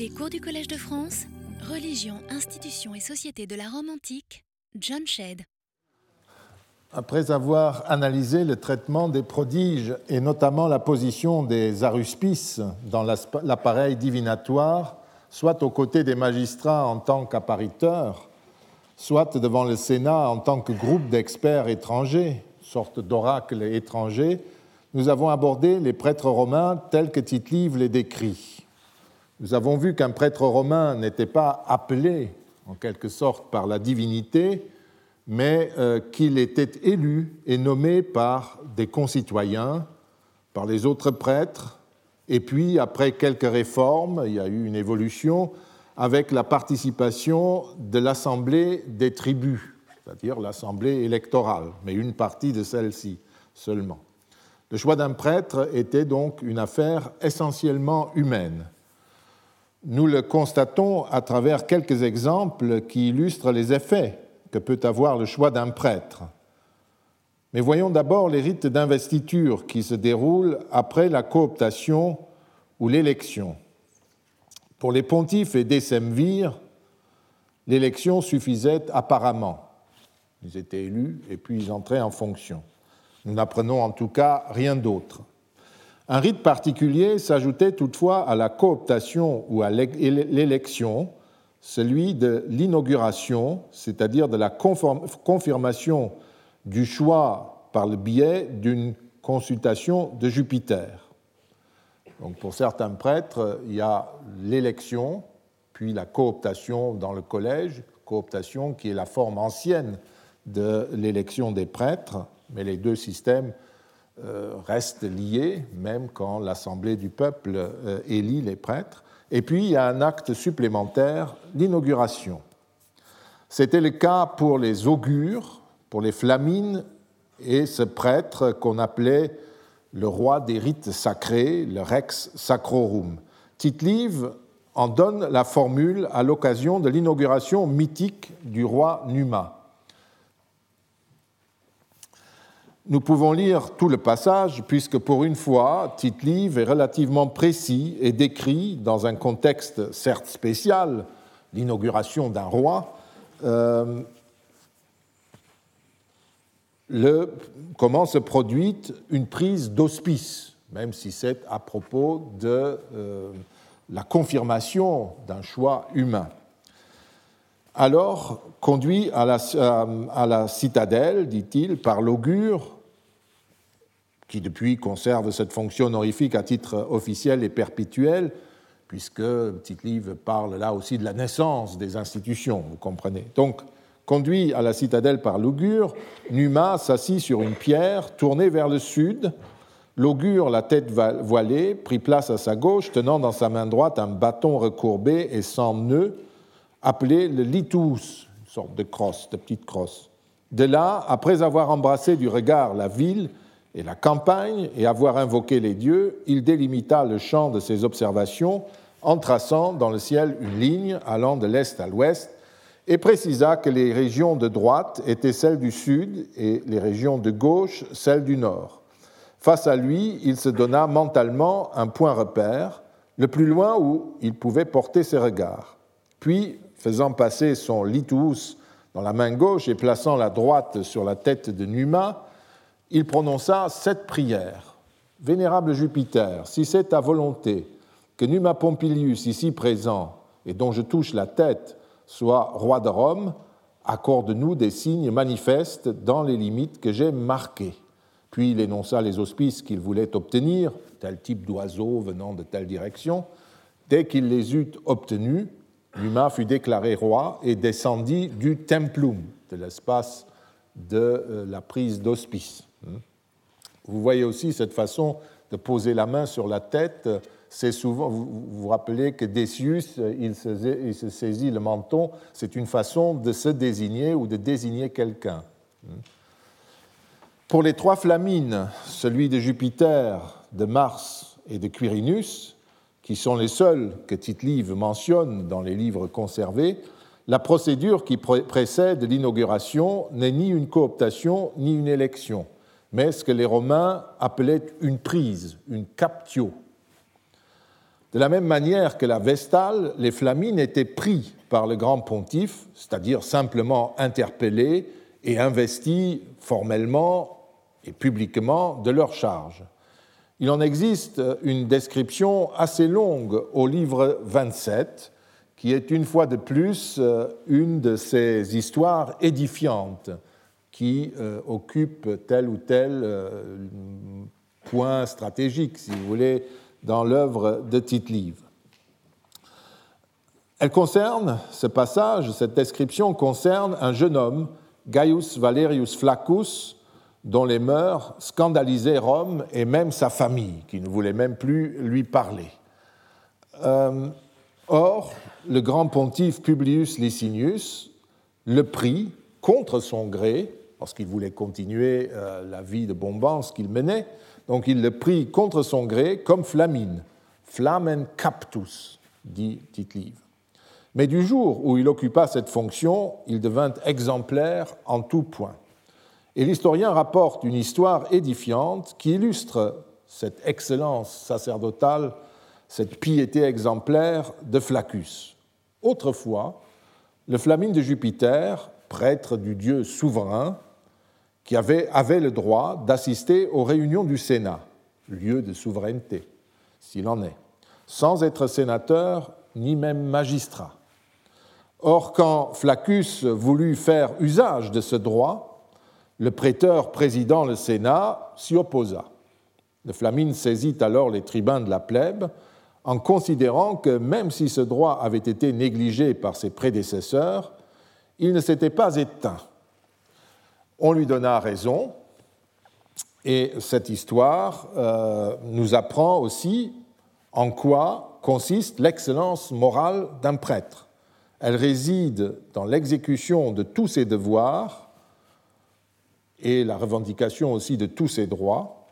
Les cours du Collège de France, Religion, institutions et société de la Rome antique, John Shedd. Après avoir analysé le traitement des prodiges et notamment la position des aruspices dans l'appareil divinatoire, soit aux côtés des magistrats en tant qu'appariteurs, soit devant le Sénat en tant que groupe d'experts étrangers, sorte d'oracles étrangers, nous avons abordé les prêtres romains tels que Tite-Live les décrit. Nous avons vu qu'un prêtre romain n'était pas appelé, en quelque sorte, par la divinité, mais qu'il était élu et nommé par des concitoyens, par les autres prêtres, et puis, après quelques réformes, il y a eu une évolution, avec la participation de l'assemblée des tribus, c'est-à-dire l'assemblée électorale, mais une partie de celle-ci seulement. Le choix d'un prêtre était donc une affaire essentiellement humaine. Nous le constatons à travers quelques exemples qui illustrent les effets que peut avoir le choix d'un prêtre. Mais voyons d'abord les rites d'investiture qui se déroulent après la cooptation ou l'élection. Pour les pontifes et décemvirs, l'élection suffisait apparemment. Ils étaient élus et puis ils entraient en fonction. Nous n'apprenons en tout cas rien d'autre. Un rite particulier s'ajoutait toutefois à la cooptation ou à l'élection, celui de l'inauguration, c'est-à-dire de la confirmation du choix par le biais d'une consultation de Jupiter. Donc pour certains prêtres, il y a l'élection, puis la cooptation dans le collège, cooptation qui est la forme ancienne de l'élection des prêtres, mais les deux systèmes restent liés, même quand l'Assemblée du peuple élit les prêtres. Et puis, il y a un acte supplémentaire, l'inauguration. C'était le cas pour les augures, pour les flamines, et ce prêtre qu'on appelait le roi des rites sacrés, le rex sacrorum. Tite-Live en donne la formule à l'occasion de l'inauguration mythique du roi Numa. Nous pouvons lire tout le passage, puisque pour une fois, Tite-Live est relativement précis et décrit, dans un contexte certes spécial, l'inauguration d'un roi, comment se produit une prise d'hospice, même si c'est à propos de la confirmation d'un choix humain. Alors, conduit à la citadelle, dit-il, par l'augure, qui depuis conserve cette fonction honorifique à titre officiel et perpétuel, puisque Tite-Live parle là aussi de la naissance des institutions, vous comprenez. Donc, conduit à la citadelle par l'augure, Numa s'assit sur une pierre tournée vers le sud. L'augure, la tête voilée, prit place à sa gauche, tenant dans sa main droite un bâton recourbé et sans nœud, appelé le litus, une sorte de crosse, de petite crosse. De là, après avoir embrassé du regard la ville et la campagne et avoir invoqué les dieux, il délimita le champ de ses observations en traçant dans le ciel une ligne allant de l'est à l'ouest et précisa que les régions de droite étaient celles du sud et les régions de gauche celles du nord. Face à lui, il se donna mentalement un point repère, le plus loin où il pouvait porter ses regards. Puis, faisant passer son litus dans la main gauche et plaçant la droite sur la tête de Numa, il prononça cette prière. « Vénérable Jupiter, si c'est ta volonté que Numa Pompilius, ici présent, et dont je touche la tête, soit roi de Rome, accorde-nous des signes manifestes dans les limites que j'ai marquées. » Puis il énonça les auspices qu'il voulait obtenir, tel type d'oiseau venant de telle direction. Dès qu'il les eut obtenus, Numa fut déclaré roi et descendit du templum, de l'espace de la prise d'hospice. Vous voyez aussi cette façon de poser la main sur la tête. C'est souvent, vous vous rappelez que Decius, il se saisit le menton, c'est une façon de se désigner ou de désigner quelqu'un. Pour les trois flamines, celui de Jupiter, de Mars et de Quirinus, qui sont les seuls que Tite-Live mentionne dans les livres conservés, la procédure qui précède l'inauguration n'est ni une cooptation ni une élection, mais ce que les Romains appelaient une prise, une captio. De la même manière que la Vestale, les Flamines étaient pris par le grand pontife, c'est-à-dire simplement interpellés et investis formellement et publiquement de leur charge. Il en existe une description assez longue au livre 27, qui est une fois de plus une de ces histoires édifiantes qui occupent tel ou tel point stratégique, si vous voulez, dans l'œuvre de Tite-Live. Elle concerne, ce passage, cette description concerne un jeune homme, Gaius Valerius Flaccus, dont les mœurs scandalisaient Rome et même sa famille, qui ne voulait même plus lui parler. Or, le grand pontife Publius Licinius le prit contre son gré, parce qu'il voulait continuer la vie de bombance qu'il menait, donc il le prit contre son gré comme Flamine, Flamen Captus, dit Tite-Live. Mais du jour où il occupa cette fonction, il devint exemplaire en tout point. Et l'historien rapporte une histoire édifiante qui illustre cette excellence sacerdotale, cette piété exemplaire de Flaccus. Autrefois, le Flamine de Jupiter, prêtre du Dieu souverain, qui avait le droit d'assister aux réunions du Sénat, lieu de souveraineté, s'il en est, sans être sénateur ni même magistrat. Or, quand Flaccus voulut faire usage de ce droit, le préteur présidant le Sénat s'y opposa. Le Flamine saisit alors les tribuns de la plèbe en considérant que même si ce droit avait été négligé par ses prédécesseurs, il ne s'était pas éteint. On lui donna raison, et cette histoire nous apprend aussi en quoi consiste l'excellence morale d'un prêtre. Elle réside dans l'exécution de tous ses devoirs et la revendication aussi de tous ses droits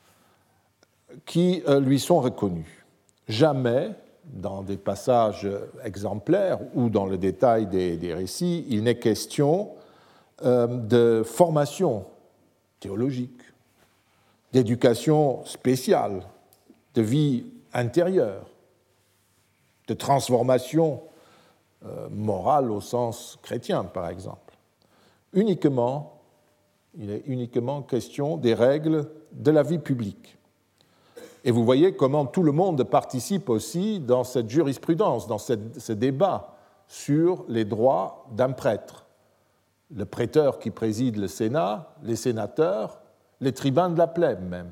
qui lui sont reconnus. Jamais, dans des passages exemplaires ou dans le détail des récits, il n'est question de formation théologique, d'éducation spéciale, de vie intérieure, de transformation morale au sens chrétien, par exemple. Il est uniquement question des règles de la vie publique. Et vous voyez comment tout le monde participe aussi dans cette jurisprudence, dans ce débat sur les droits d'un prêtre. Le prêteur qui préside le Sénat, les sénateurs, les tribuns de la plèbe même.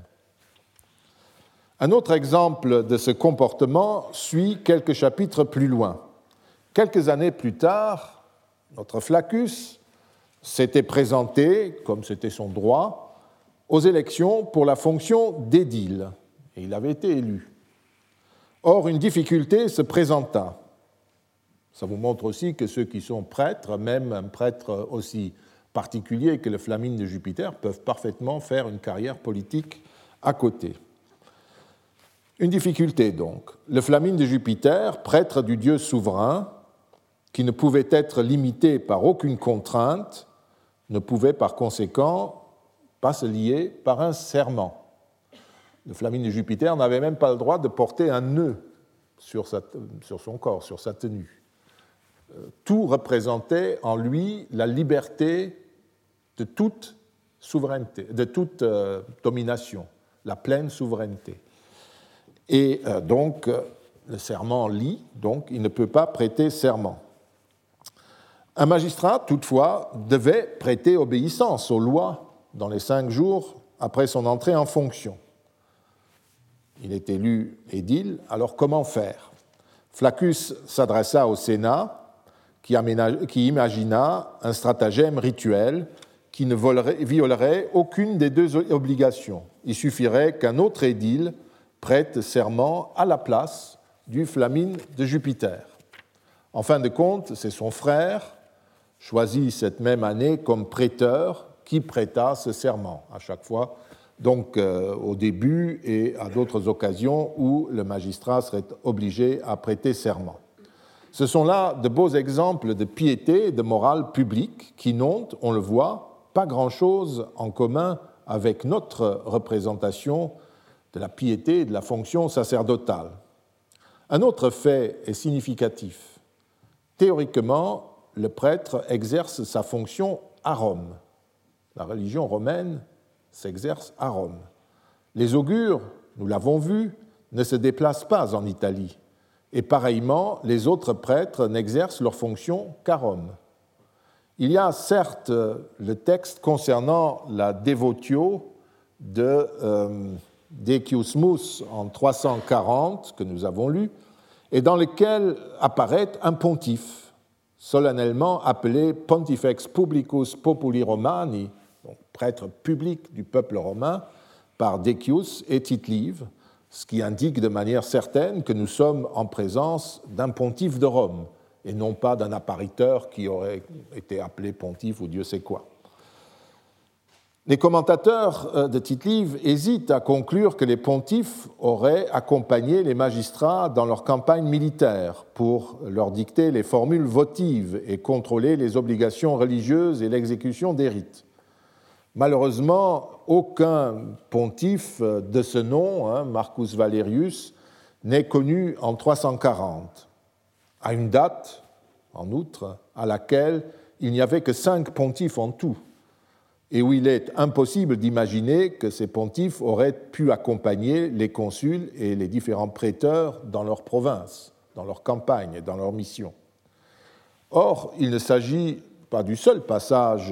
Un autre exemple de ce comportement suit quelques chapitres plus loin. Quelques années plus tard, notre Flaccus s'était présenté, comme c'était son droit, aux élections pour la fonction d'édile, et il avait été élu. Or, une difficulté se présenta. Ça vous montre aussi que ceux qui sont prêtres, même un prêtre aussi particulier que le Flamine de Jupiter, peuvent parfaitement faire une carrière politique à côté. Une difficulté donc. Le Flamine de Jupiter, prêtre du Dieu souverain, qui ne pouvait être limité par aucune contrainte, ne pouvait par conséquent pas se lier par un serment. Le Flamine de Jupiter n'avait même pas le droit de porter un nœud sur son corps, sur sa tenue. Tout représentait en lui la liberté de toute souveraineté, de toute domination, la pleine souveraineté. Et donc, le serment lie, donc il ne peut pas prêter serment. Un magistrat, toutefois, devait prêter obéissance aux lois dans les 5 jours après son entrée en fonction. Il est élu édile, alors comment faire ? Flaccus s'adressa au Sénat, qui imagina un stratagème rituel qui ne violerait aucune des deux obligations. Il suffirait qu'un autre édile prête serment à la place du Flamine de Jupiter. En fin de compte, c'est son frère, choisi cette même année comme prêteur, qui prêta ce serment à chaque fois, donc au début et à d'autres occasions où le magistrat serait obligé à prêter serment. Ce sont là de beaux exemples de piété et de morale publique qui n'ont, on le voit, pas grand-chose en commun avec notre représentation de la piété et de la fonction sacerdotale. Un autre fait est significatif. Théoriquement, le prêtre exerce sa fonction à Rome. La religion romaine s'exerce à Rome. Les augures, nous l'avons vu, ne se déplacent pas en Italie. Et pareillement, les autres prêtres n'exercent leur fonction qu'à Rome. Il y a certes le texte concernant la dévotio de Decius Mus en 340, que nous avons lu, et dans lequel apparaît un pontife, solennellement appelé Pontifex Publicus Populi Romani, donc prêtre public du peuple romain, par Decius et Tite-Live, ce qui indique de manière certaine que nous sommes en présence d'un pontife de Rome, et non pas d'un appariteur qui aurait été appelé pontife ou Dieu sait quoi. Les commentateurs de Tite-Live hésitent à conclure que les pontifes auraient accompagné les magistrats dans leur campagne militaire pour leur dicter les formules votives et contrôler les obligations religieuses et l'exécution des rites. Malheureusement, aucun pontife de ce nom, Marcus Valerius, n'est connu en 340, à une date, en outre, à laquelle il n'y avait que 5 pontifes en tout, et où il est impossible d'imaginer que ces pontifes auraient pu accompagner les consuls et les différents préteurs dans leur province, dans leur campagne, dans leur mission. Or, il ne s'agit pas du seul passage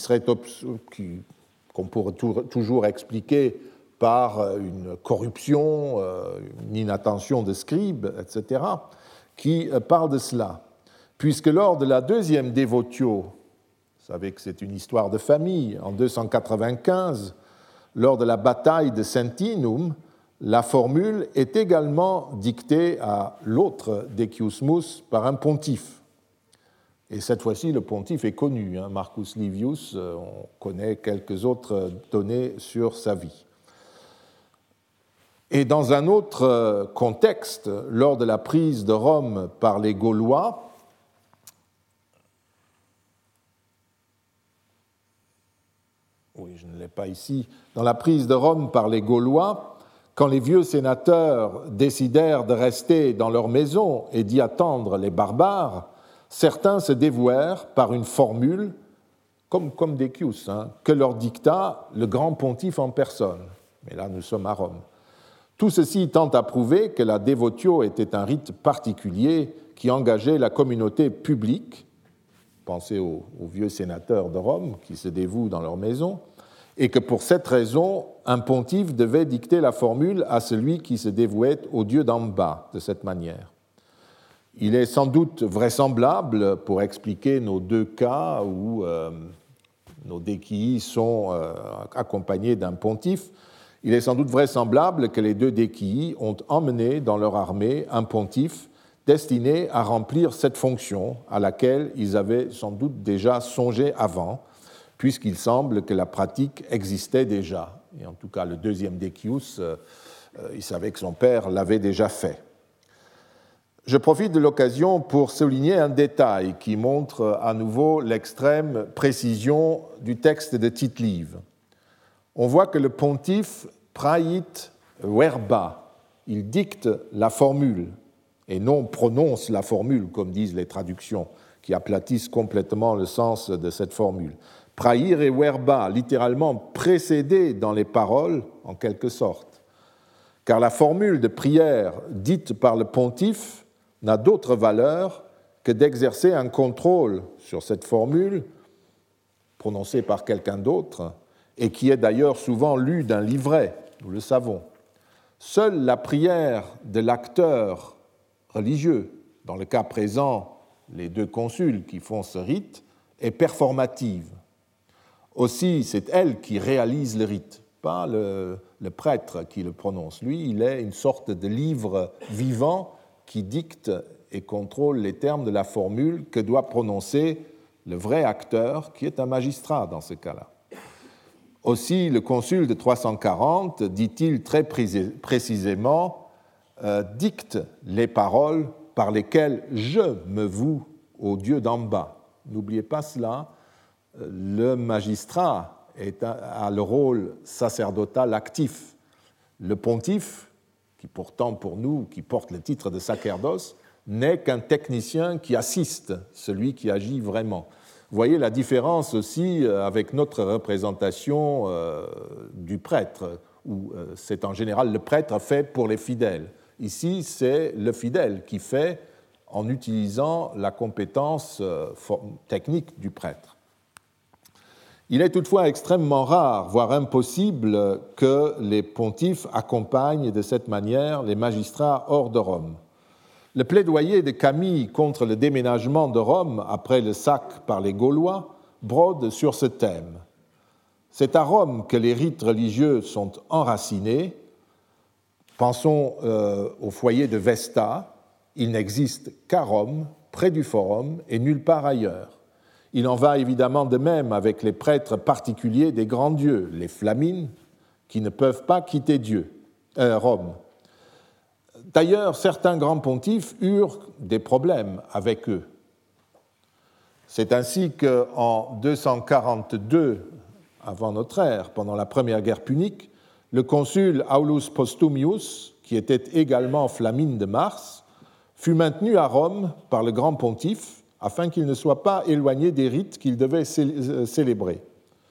qu'on pourrait toujours expliquer par une corruption, une inattention de scribes, etc., qui parle de cela. Puisque lors de la deuxième dévotio, vous savez que c'est une histoire de famille, en 295, lors de la bataille de Sentinum, la formule est également dictée à l'autre Decius Mus par un pontife. Et cette fois-ci, le pontife est connu, Marcus Livius, on connaît quelques autres données sur sa vie. Et dans un autre contexte, lors de la prise de Rome par les Gaulois, oui, je ne l'ai pas ici, dans la prise de Rome par les Gaulois, quand les vieux sénateurs décidèrent de rester dans leur maison et d'y attendre les barbares, certains se dévouèrent par une formule, comme Decius, que leur dicta le grand pontife en personne. Mais là, nous sommes à Rome. Tout ceci tend à prouver que la dévotio était un rite particulier qui engageait la communauté publique, pensez aux vieux sénateurs de Rome qui se dévouent dans leur maison, et que pour cette raison, un pontife devait dicter la formule à celui qui se dévouait au Dieu d'en bas de cette manière. Il est sans doute vraisemblable, pour expliquer nos deux cas où nos déquillis sont accompagnés d'un pontife, il est sans doute vraisemblable que les deux déquillis ont emmené dans leur armée un pontife destiné à remplir cette fonction à laquelle ils avaient sans doute déjà songé avant, puisqu'il semble que la pratique existait déjà. Et en tout cas, le deuxième Decius, il savait que son père l'avait déjà fait. Je profite de l'occasion pour souligner un détail qui montre à nouveau l'extrême précision du texte de Tite-Live. On voit que le pontife prait verba, il dicte la formule et non prononce la formule, comme disent les traductions, qui aplatissent complètement le sens de cette formule. Praire et verba, littéralement précédé dans les paroles, en quelque sorte. Car la formule de prière dite par le pontife n'a d'autre valeur que d'exercer un contrôle sur cette formule, prononcée par quelqu'un d'autre, et qui est d'ailleurs souvent lue d'un livret, nous le savons. Seule la prière de l'acteur religieux, dans le cas présent, les deux consuls qui font ce rite, est performative. Aussi, c'est elle qui réalise le rite, pas le prêtre qui le prononce. Lui, il est une sorte de livre vivant qui dicte et contrôle les termes de la formule que doit prononcer le vrai acteur, qui est un magistrat dans ce cas-là. Aussi, le consul de 340, dit-il très précisément, dicte les paroles par lesquelles je me voue au Dieu d'en bas. N'oubliez pas cela, le magistrat a le rôle sacerdotal actif. Le pontife qui pourtant pour nous, qui porte le titre de sacerdoce, n'est qu'un technicien qui assiste, celui qui agit vraiment. Vous voyez la différence aussi avec notre représentation du prêtre, où c'est en général le prêtre fait pour les fidèles. Ici, c'est le fidèle qui fait en utilisant la compétence technique du prêtre. Il est toutefois extrêmement rare, voire impossible, que les pontifes accompagnent de cette manière les magistrats hors de Rome. Le plaidoyer de Camille contre le déménagement de Rome après le sac par les Gaulois brode sur ce thème. C'est à Rome que les rites religieux sont enracinés. Pensons au foyer de Vesta. Il n'existe qu'à Rome, près du Forum, et nulle part ailleurs. Il en va évidemment de même avec les prêtres particuliers des grands dieux, les Flamines, qui ne peuvent pas quitter Rome. D'ailleurs, certains grands pontifes eurent des problèmes avec eux. C'est ainsi qu'en 242 avant notre ère, pendant la première guerre punique, le consul Aulus Postumius, qui était également Flamine de Mars, fut maintenu à Rome par le grand pontife afin qu'il ne soit pas éloigné des rites qu'il devait célébrer.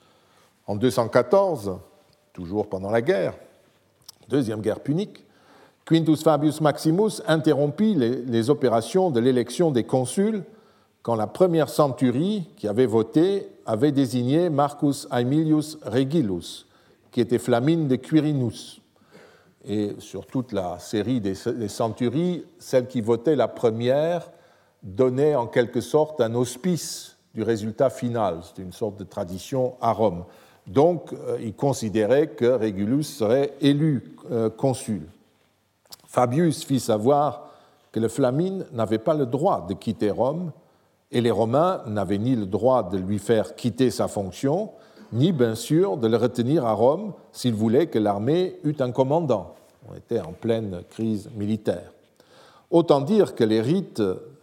En 214, toujours pendant la guerre, deuxième guerre punique, Quintus Fabius Maximus interrompit les opérations de l'élection des consuls quand la première centurie qui avait voté avait désigné Marcus Aemilius Regillus, qui était Flamine de Quirinus. Et sur toute la série des centuries, celle qui votait la première donnait en quelque sorte un auspice du résultat final. C'était une sorte de tradition à Rome. Donc, il considérait que Régulus serait élu consul. Fabius fit savoir que le Flamine n'avait pas le droit de quitter Rome, et les Romains n'avaient ni le droit de lui faire quitter sa fonction, ni bien sûr de le retenir à Rome s'il voulait que l'armée eût un commandant. On était en pleine crise militaire. Autant dire que les rites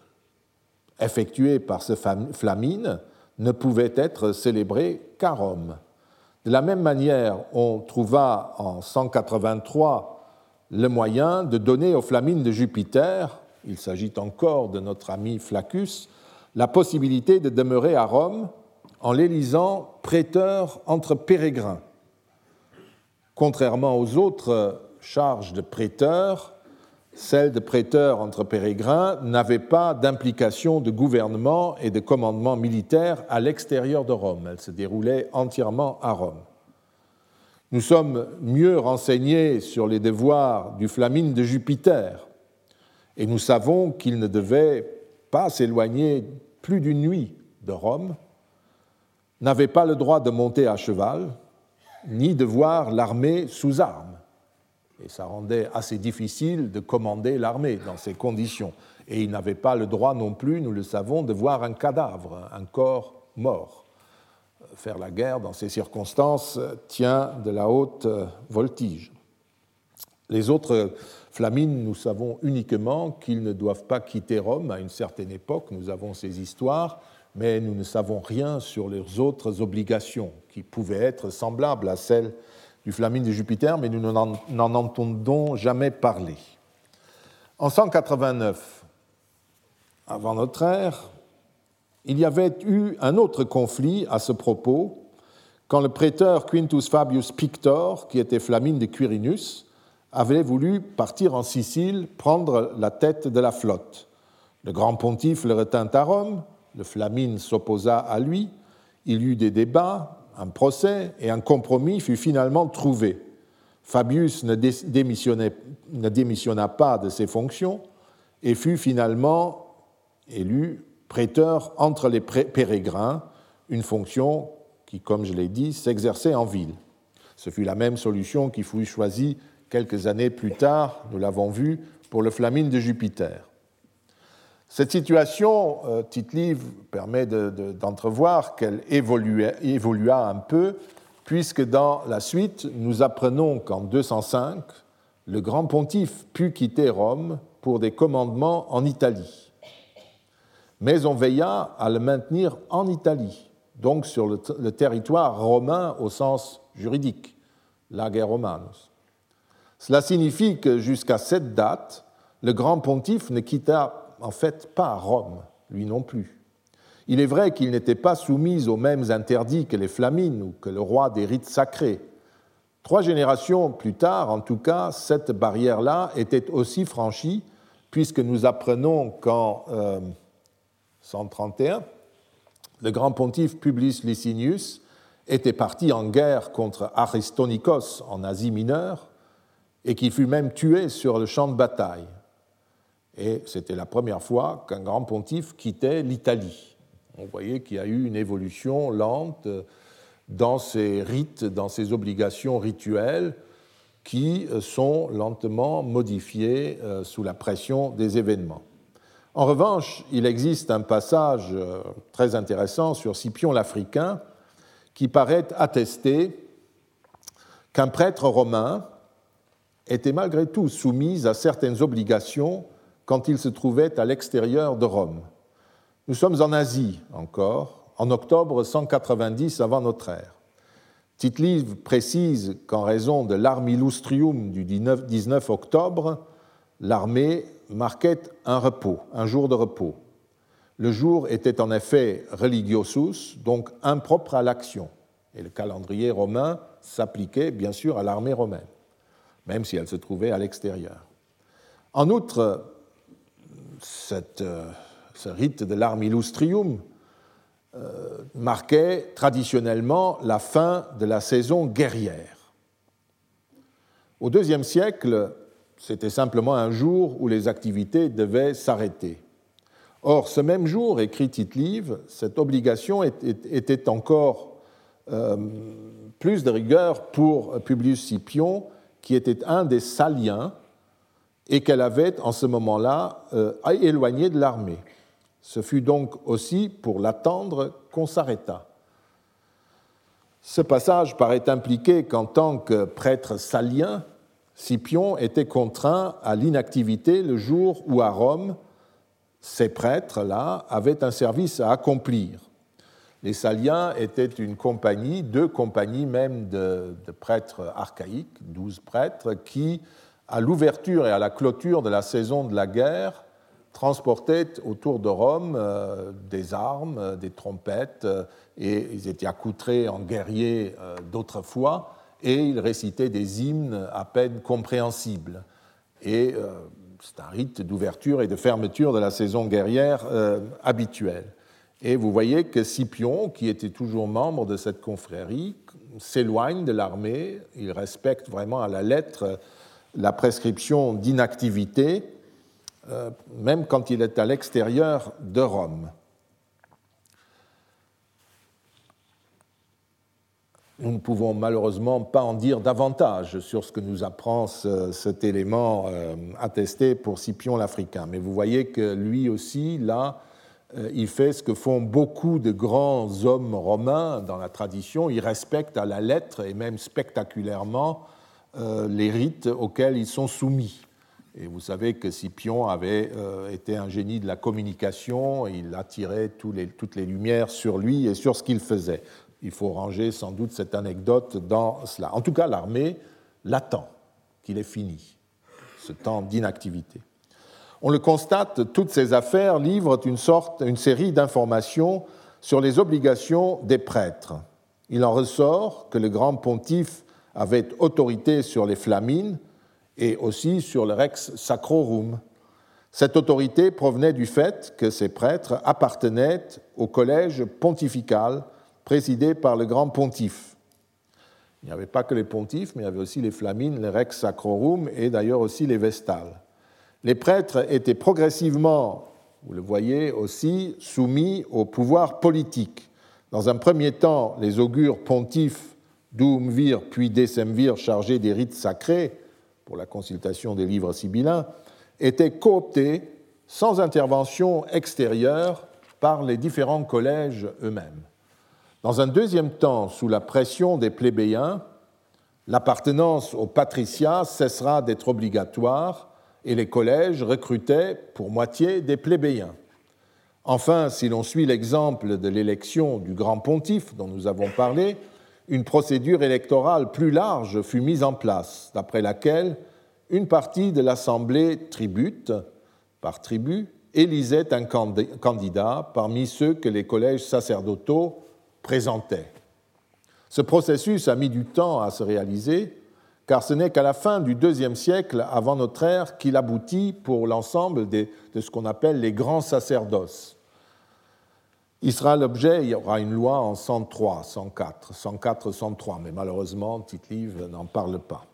effectués par ce Flamine ne pouvaient être célébrés qu'à Rome. De la même manière, on trouva en 183 le moyen de donner aux Flamines de Jupiter, il s'agit encore de notre ami Flaccus, la possibilité de demeurer à Rome en l'élisant prêteur entre pérégrins. Contrairement aux autres charges de prêteur, celle de prêteur entre pérégrins n'avait pas d'implication de gouvernement et de commandement militaire à l'extérieur de Rome. Elle se déroulait entièrement à Rome. Nous sommes mieux renseignés sur les devoirs du Flamine de Jupiter et nous savons qu'il ne devait pas s'éloigner plus d'une nuit de Rome, n'avait pas le droit de monter à cheval, ni de voir l'armée sous armes. Et ça rendait assez difficile de commander l'armée dans ces conditions. Et il n'avait pas le droit non plus, nous le savons, de voir un cadavre, un corps mort. Faire la guerre dans ces circonstances tient de la haute voltige. Les autres Flamines, nous savons uniquement qu'ils ne doivent pas quitter Rome à une certaine époque. Nous avons ces histoires, mais nous ne savons rien sur leurs autres obligations, qui pouvaient être semblables à celles du Flamine de Jupiter, mais nous n'en entendons jamais parler. En 189, avant notre ère, il y avait eu un autre conflit à ce propos, quand le prêteur Quintus Fabius Pictor, qui était Flamine de Quirinus, avait voulu partir en Sicile prendre la tête de la flotte. Le grand pontife le retint à Rome, le Flamine s'opposa à lui, il y eut des débats, un procès et un compromis fut finalement trouvé. Fabius ne démissionna pas de ses fonctions et fut finalement élu prêteur entre les pérégrins, une fonction qui, comme je l'ai dit, s'exerçait en ville. Ce fut la même solution qui fut choisie quelques années plus tard, nous l'avons vu, pour le Flamine de Jupiter. Cette situation, Tite-Live permet d'entrevoir qu'elle évolua un peu, puisque dans la suite, nous apprenons qu'en 205, le grand pontife put quitter Rome pour des commandements en Italie. Mais on veilla à le maintenir en Italie, donc sur le territoire romain au sens juridique, Lager Romanus. Cela signifie que jusqu'à cette date, le grand pontife ne quitta en fait pas Rome, lui non plus. Il est vrai qu'il n'était pas soumis aux mêmes interdits que les Flamines ou que le roi des rites sacrés. 3 générations plus tard, en tout cas, cette barrière-là était aussi franchie, puisque nous apprenons qu'en 131, le grand pontife Publius Licinius était parti en guerre contre Aristonikos en Asie mineure et qui fut même tué sur le champ de bataille. Et c'était la première fois qu'un grand pontife quittait l'Italie. On voyait qu'il y a eu une évolution lente dans ces rites, dans ces obligations rituelles qui sont lentement modifiées sous la pression des événements. En revanche, il existe un passage très intéressant sur Scipion l'Africain qui paraît attester qu'un prêtre romain était malgré tout soumis à certaines obligations quand il se trouvait à l'extérieur de Rome. Nous sommes en Asie encore, en octobre 190 avant notre ère. Tite-Live précise qu'en raison de l'Armilustrium du 19 octobre, l'armée marquait un repos, un jour de repos. Le jour était en effet religiosus, donc impropre à l'action. Et le calendrier romain s'appliquait bien sûr à l'armée romaine, même si elle se trouvait à l'extérieur. En outre, ce rite de l'Armilustrium marquait traditionnellement la fin de la saison guerrière. Au IIe siècle, c'était simplement un jour où les activités devaient s'arrêter. Or, ce même jour, écrit Tite-Live, cette obligation était encore plus de rigueur pour Publius Scipion, qui était un des Saliens et qu'elle avait en ce moment-là éloigné de l'armée. Ce fut donc aussi pour l'attendre qu'on s'arrêta. Ce passage paraît impliquer qu'en tant que prêtre salien, Scipion était contraint à l'inactivité le jour où à Rome, ces prêtres-là avaient un service à accomplir. Les Saliens étaient une compagnie, 2 compagnies même de prêtres archaïques, 12 prêtres, qui, à l'ouverture et à la clôture de la saison de la guerre, transportaient autour de Rome des armes, des trompettes, et ils étaient accoutrés en guerriers d'autrefois, et ils récitaient des hymnes à peine compréhensibles. Et c'est un rite d'ouverture et de fermeture de la saison guerrière habituelle. Et vous voyez que Scipion, qui était toujours membre de cette confrérie, s'éloigne de l'armée, il respecte vraiment à la lettre la prescription d'inactivité, même quand il est à l'extérieur de Rome. Nous ne pouvons malheureusement pas en dire davantage sur ce que nous apprend cet élément attesté pour Scipion l'Africain. Mais vous voyez que lui aussi, là, il fait ce que font beaucoup de grands hommes romains dans la tradition. Il respecte à la lettre et même spectaculairement les rites auxquels ils sont soumis. Et vous savez que Scipion avait été un génie de la communication, il attirait toutes les lumières sur lui et sur ce qu'il faisait. Il faut ranger sans doute cette anecdote dans cela. En tout cas, l'armée l'attend, qu'il ait fini, ce temps d'inactivité. On le constate, toutes ces affaires livrent une série d'informations sur les obligations des prêtres. Il en ressort que le grand pontife avait autorité sur les Flamines et aussi sur le Rex Sacrorum. Cette autorité provenait du fait que ces prêtres appartenaient au collège pontifical présidé par le grand pontife. Il n'y avait pas que les pontifes, mais il y avait aussi les Flamines, les Rex Sacrorum et d'ailleurs aussi les Vestales. Les prêtres étaient progressivement, vous le voyez aussi, soumis au pouvoir politique. Dans un premier temps, les augures pontifes Duumvir puis Decemvir, chargés des rites sacrés pour la consultation des livres sibyllins, étaient cooptés sans intervention extérieure par les différents collèges eux-mêmes. Dans un deuxième temps, sous la pression des plébéiens, l'appartenance au patriciat cessera d'être obligatoire et les collèges recrutaient pour moitié des plébéiens. Enfin, si l'on suit l'exemple de l'élection du grand pontife dont nous avons parlé, une procédure électorale plus large fut mise en place, d'après laquelle une partie de l'Assemblée tribute, par tribu, élisait un candidat parmi ceux que les collèges sacerdotaux présentaient. Ce processus a mis du temps à se réaliser, car ce n'est qu'à la fin du IIe siècle avant notre ère qu'il aboutit pour l'ensemble de ce qu'on appelle les grands sacerdoces. Il sera l'objet, il y aura une loi en 104-103, mais malheureusement, Tite-Live n'en parle pas.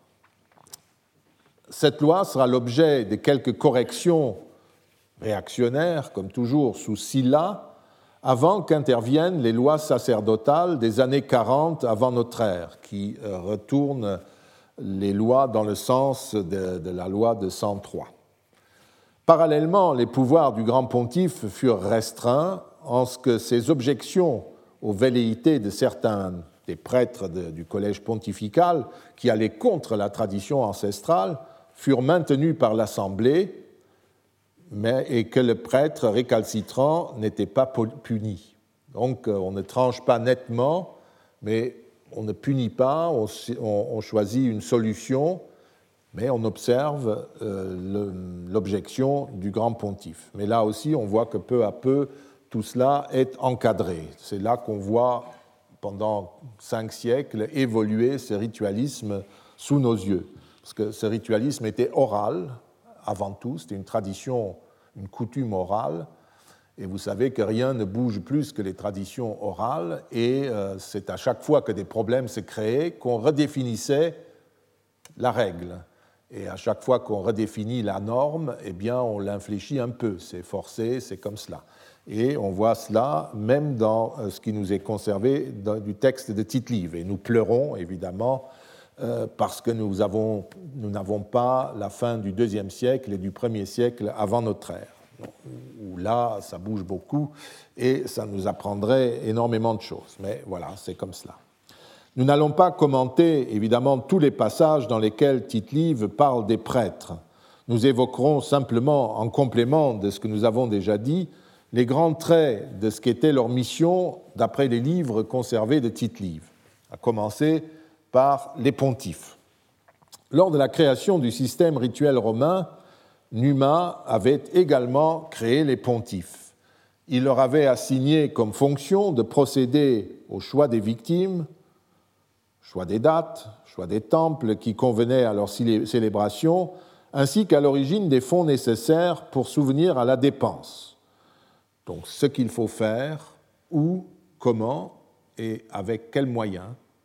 Cette loi sera l'objet de quelques corrections réactionnaires, comme toujours sous Sylla, avant qu'interviennent les lois sacerdotales des années 40 avant notre ère, qui retournent les lois dans le sens de la loi de 103. Parallèlement, les pouvoirs du grand pontife furent restreints en ce que ses objections aux velléités de certains des prêtres du collège pontifical qui allaient contre la tradition ancestrale furent maintenues par l'Assemblée, et que le prêtre récalcitrant n'était pas puni. Donc on ne tranche pas nettement, mais on ne punit pas, on choisit une solution, mais on observe l'objection du grand pontife. Mais là aussi, on voit que peu à peu, tout cela est encadré. C'est là qu'on voit, pendant 5 siècles, évoluer ce ritualisme sous nos yeux. Parce que ce ritualisme était oral, avant tout, c'était une tradition, une coutume orale, et vous savez que rien ne bouge plus que les traditions orales, et c'est à chaque fois que des problèmes se créaient qu'on redéfinissait la règle. Et à chaque fois qu'on redéfinit la norme, eh bien, on l'infléchit un peu, c'est forcé, c'est comme cela. Et on voit cela même dans ce qui nous est conservé du texte de Tite-Live. Et nous pleurons, évidemment, parce que nous n'avons pas la fin du IIe siècle et du 1er siècle avant notre ère, où là, ça bouge beaucoup et ça nous apprendrait énormément de choses. Mais voilà, c'est comme cela. Nous n'allons pas commenter, évidemment, tous les passages dans lesquels Tite-Live parle des prêtres. Nous évoquerons simplement, en complément de ce que nous avons déjà dit, les grands traits de ce qu'était leur mission d'après les livres conservés de Tite-Live, à commencer par les pontifes. Lors de la création du système rituel romain, Numa avait également créé les pontifes. Il leur avait assigné comme fonction de procéder au choix des victimes, choix des dates, choix des temples qui convenaient à leur célébration, ainsi qu'à l'origine des fonds nécessaires pour souvenir à la dépense. Donc ce qu'il faut faire, où, comment et avec quels moyens.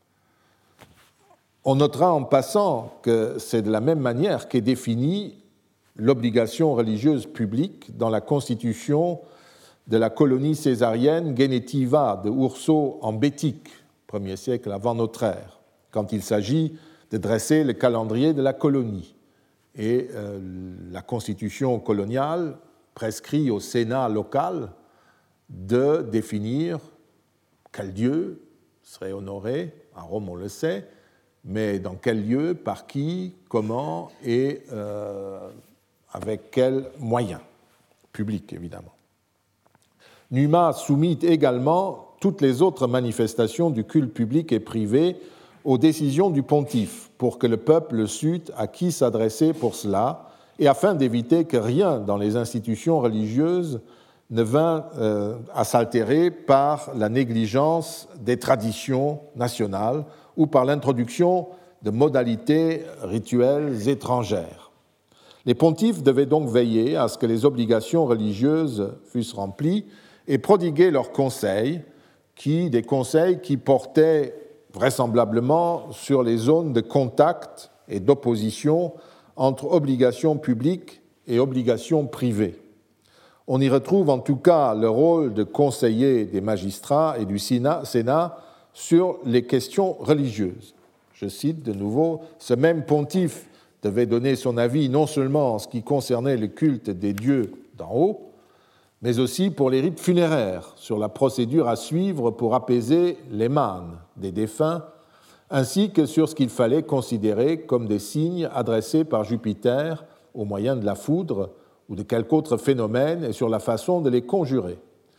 On notera en passant que c'est de la même manière qu'est définie l'obligation religieuse publique dans la constitution de la colonie césarienne Genetiva de Urso en Bétique, 1er siècle avant notre ère, quand il s'agit de dresser le calendrier de la colonie. Et la constitution coloniale prescrit au Sénat local de définir quel dieu serait honoré, à Rome on le sait, mais dans quel lieu, par qui, comment et avec quels moyens, publics évidemment. Numa soumit également toutes les autres manifestations du culte public et privé aux décisions du pontife pour que le peuple sût à qui s'adresser pour cela et afin d'éviter que rien dans les institutions religieuses ne vint à s'altérer par la négligence des traditions nationales ou par l'introduction de modalités rituelles étrangères. Les pontifes devaient donc veiller à ce que les obligations religieuses fussent remplies et prodiguer leurs conseils, des conseils qui portaient vraisemblablement sur les zones de contact et d'opposition entre obligations publiques et obligations privées. On y retrouve en tout cas le rôle de conseiller des magistrats et du Sénat sur les questions religieuses. Je cite de nouveau, « Ce même pontife devait donner son avis non seulement en ce qui concernait le culte des dieux d'en haut, mais aussi pour les rites funéraires, sur la procédure à suivre pour apaiser les mânes des défunts, ainsi que sur ce qu'il fallait considérer comme des signes adressés par Jupiter au moyen de la foudre ou de quelque autre phénomène et sur la façon de les conjurer.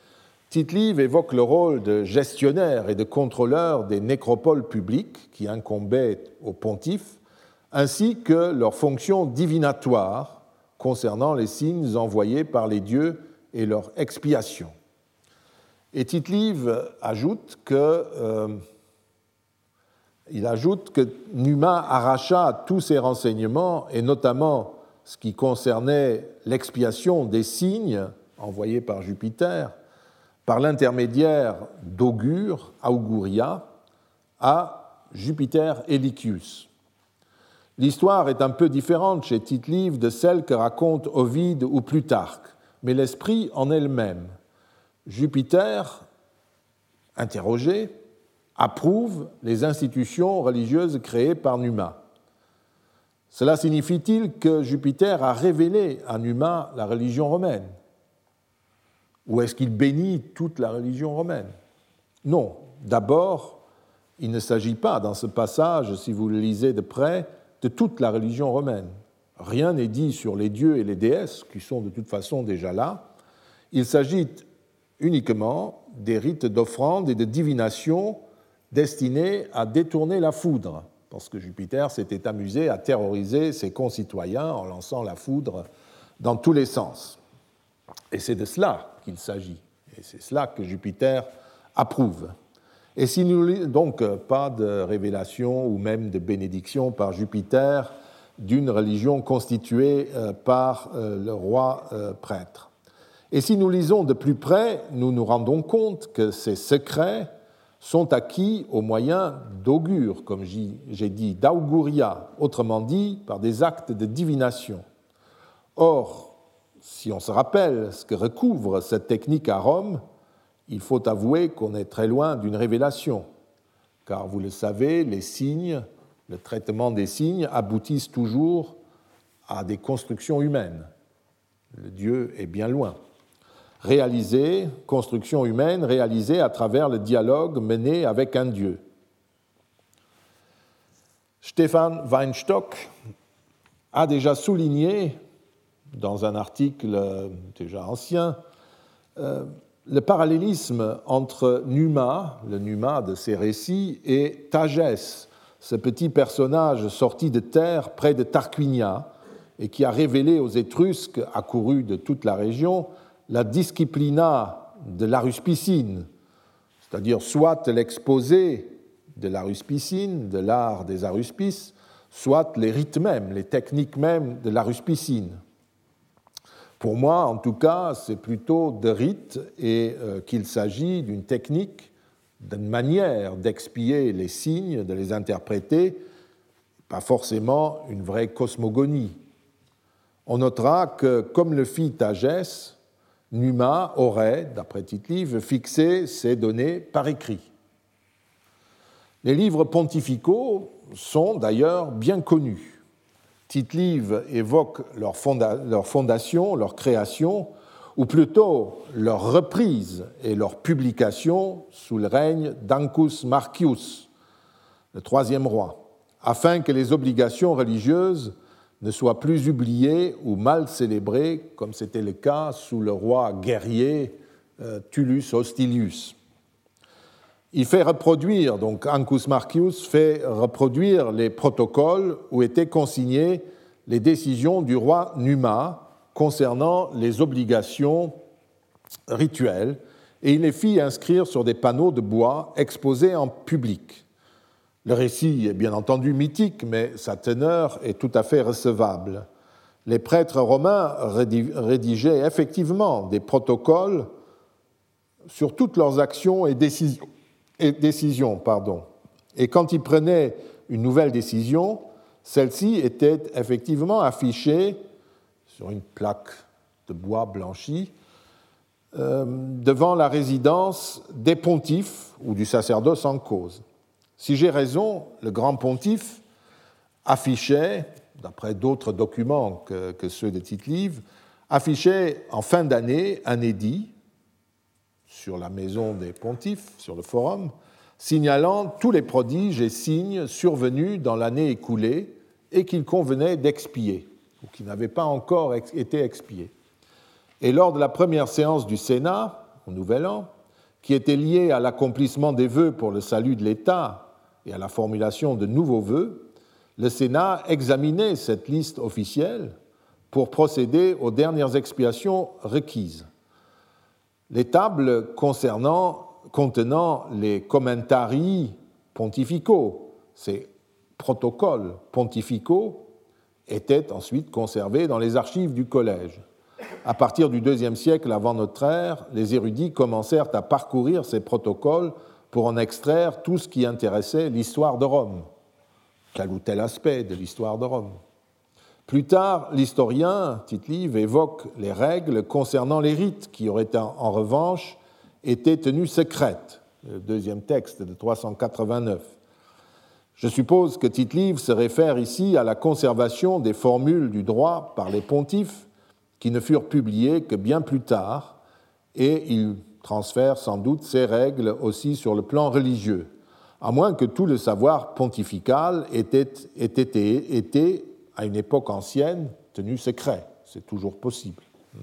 Tite-Live évoque le rôle de gestionnaire et de contrôleur des nécropoles publiques qui incombaient aux pontifes, ainsi que leurs fonctions divinatoires concernant les signes envoyés par les dieux et leur expiation. Et Tite-Live ajoute que Numa arracha tous ces renseignements, et notamment ce qui concernait l'expiation des signes envoyés par Jupiter, par l'intermédiaire d'Augure, Auguria, à Jupiter Elicius. L'histoire est un peu différente chez Tite-Live de celle que racontent Ovide ou Plutarque, mais l'esprit en est le même. Jupiter, interrogé, approuve les institutions religieuses créées par Numa. Cela signifie-t-il que Jupiter a révélé à Numa la religion romaine? Ou est-ce qu'il bénit toute la religion romaine? Non. D'abord, il ne s'agit pas, dans ce passage, si vous le lisez de près, de toute la religion romaine. Rien n'est dit sur les dieux et les déesses, qui sont de toute façon déjà là. Il s'agit uniquement des rites d'offrande et de divination destinés à détourner la foudre, parce que Jupiter s'était amusé à terroriser ses concitoyens en lançant la foudre dans tous les sens. Et c'est de cela qu'il s'agit, et c'est cela que Jupiter approuve. Et si nous donc pas de révélation ou même de bénédiction par Jupiter d'une religion constituée par le roi prêtre. Et si nous lisons de plus près, nous nous rendons compte que ces secrets sont acquis au moyen d'augures, comme j'ai dit, d'auguria, autrement dit par des actes de divination. Or, si on se rappelle ce que recouvre cette technique à Rome, il faut avouer qu'on est très loin d'une révélation, car vous le savez, les signes, le traitement des signes aboutissent toujours à des constructions humaines. Le Dieu est bien loin. Construction humaine réalisée à travers le dialogue mené avec un Dieu. Stefan Weinstock a déjà souligné, dans un article déjà ancien, le parallélisme entre Numa, le Numa de ces récits, et Tagès, ce petit personnage sorti de terre près de Tarquinia et qui a révélé aux Étrusques, accourus de toute la région, la disciplina de l'aruspicine, c'est-à-dire soit l'exposé de l'aruspicine, de l'art des aruspices, soit les rites mêmes, les techniques mêmes de l'aruspicine. Pour moi, en tout cas, c'est plutôt de rites et qu'il s'agit d'une technique, d'une manière d'expier les signes, de les interpréter, pas forcément une vraie cosmogonie. On notera que, comme le fit Tagès, Numa aurait, d'après Tite-Live, fixé ces données par écrit. Les livres pontificaux sont d'ailleurs bien connus. Tite-Live évoque leur fondation, leur création, ou plutôt leur reprise et leur publication sous le règne d'Ancus Marcius, le troisième roi, afin que les obligations religieuses ne soient plus oubliées ou mal célébrées, comme c'était le cas sous le roi guerrier Tullus Hostilius. Il fait reproduire, donc Ancus Marcius fait reproduire les protocoles où étaient consignées les décisions du roi Numa concernant les obligations rituelles, et il les fit inscrire sur des panneaux de bois exposés en public. Le récit est bien entendu mythique, mais sa teneur est tout à fait recevable. Les prêtres romains rédigeaient effectivement des protocoles sur toutes leurs actions et décisions. Et quand ils prenaient une nouvelle décision, celle-ci était effectivement affichée sur une plaque de bois blanchi devant la résidence des pontifes ou du sacerdoce en cause. Si j'ai raison, le grand pontife affichait, d'après d'autres documents que ceux de Tite-Live, affichait en fin d'année un édit sur la maison des pontifes, sur le forum, signalant tous les prodiges et signes survenus dans l'année écoulée et qu'il convenait d'expier, ou qui n'avaient pas encore été expiés. Et lors de la première séance du Sénat, au Nouvel An, qui était liée à l'accomplissement des vœux pour le salut de l'État et à la formulation de nouveaux vœux, le Sénat examinait cette liste officielle pour procéder aux dernières expiations requises. Les tables contenant les commentarii pontificaux, ces protocoles pontificaux, étaient ensuite conservés dans les archives du collège. À partir du IIe siècle avant notre ère, les érudits commencèrent à parcourir ces protocoles pour en extraire tout ce qui intéressait l'histoire de Rome, tel ou tel aspect de l'histoire de Rome. Plus tard, l'historien Tite-Live évoque les règles concernant les rites qui auraient en revanche été tenues secrètes, le deuxième texte de 389. Je suppose que Tite-Live se réfère ici à la conservation des formules du droit par les pontifes qui ne furent publiées que bien plus tard, et il transfère sans doute ces règles aussi sur le plan religieux, à moins que tout le savoir pontifical ait été, à une époque ancienne, tenu secret. C'est toujours possible.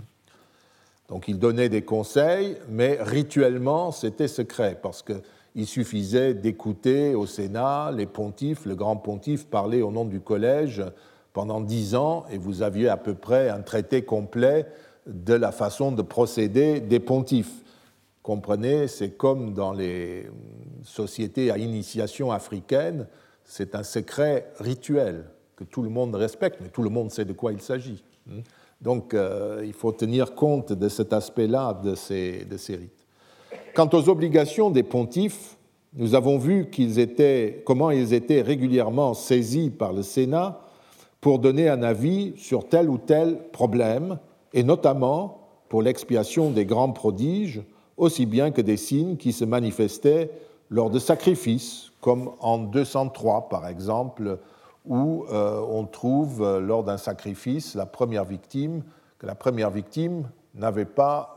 Donc il donnait des conseils, mais rituellement c'était secret, parce qu'il suffisait d'écouter au Sénat les pontifes, le grand pontife parler au nom du collège pendant 10 ans, et vous aviez à peu près un traité complet de la façon de procéder des pontifes. Comprenez, c'est comme dans les sociétés à initiation africaine, c'est un secret rituel que tout le monde respecte, mais tout le monde sait de quoi il s'agit. Donc il faut tenir compte de cet aspect-là de ces rites. Quant aux obligations des pontifes, nous avons vu comment ils étaient régulièrement saisis par le Sénat pour donner un avis sur tel ou tel problème, et notamment pour l'expiation des grands prodiges, aussi bien que des signes qui se manifestaient lors de sacrifices, comme en 203 par exemple, où on trouve lors d'un sacrifice que la première victime n'avait pas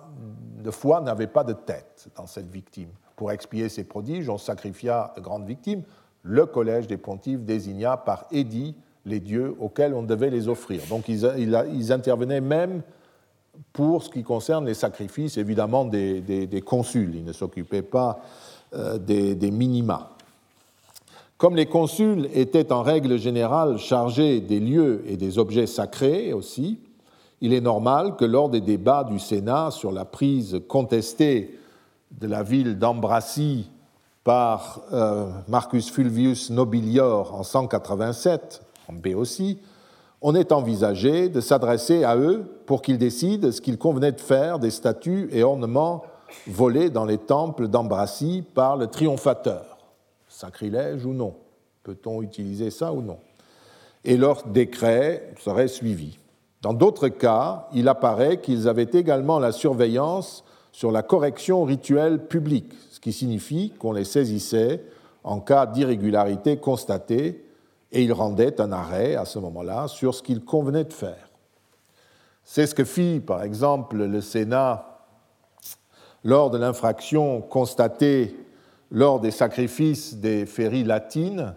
de tête dans cette victime. Pour expier ces prodiges, on sacrifia de grandes victimes. Le collège des pontifes désigna par édit les dieux auxquels on devait les offrir. Donc ils intervenaient même pour ce qui concerne les sacrifices, évidemment, des consuls. Ils ne s'occupaient pas des minima. Comme les consuls étaient en règle générale chargés des lieux et des objets sacrés aussi, il est normal que lors des débats du Sénat sur la prise contestée de la ville d'Ambracie par Marcus Fulvius Nobilior en 187, en Béotie, on ait envisagé de s'adresser à eux pour qu'ils décident ce qu'il convenait de faire des statues et ornements volés dans les temples d'Ambracie par le triomphateur. Sacrilège ou non? Peut-on utiliser ça ou non? Et leur décret serait suivi. Dans d'autres cas, il apparaît qu'ils avaient également la surveillance sur la correction rituelle publique, ce qui signifie qu'on les saisissait en cas d'irrégularité constatée et ils rendaient un arrêt à ce moment-là sur ce qu'il convenait de faire. C'est ce que fit, par exemple, le Sénat lors de l'infraction constatée lors des sacrifices des féries latines,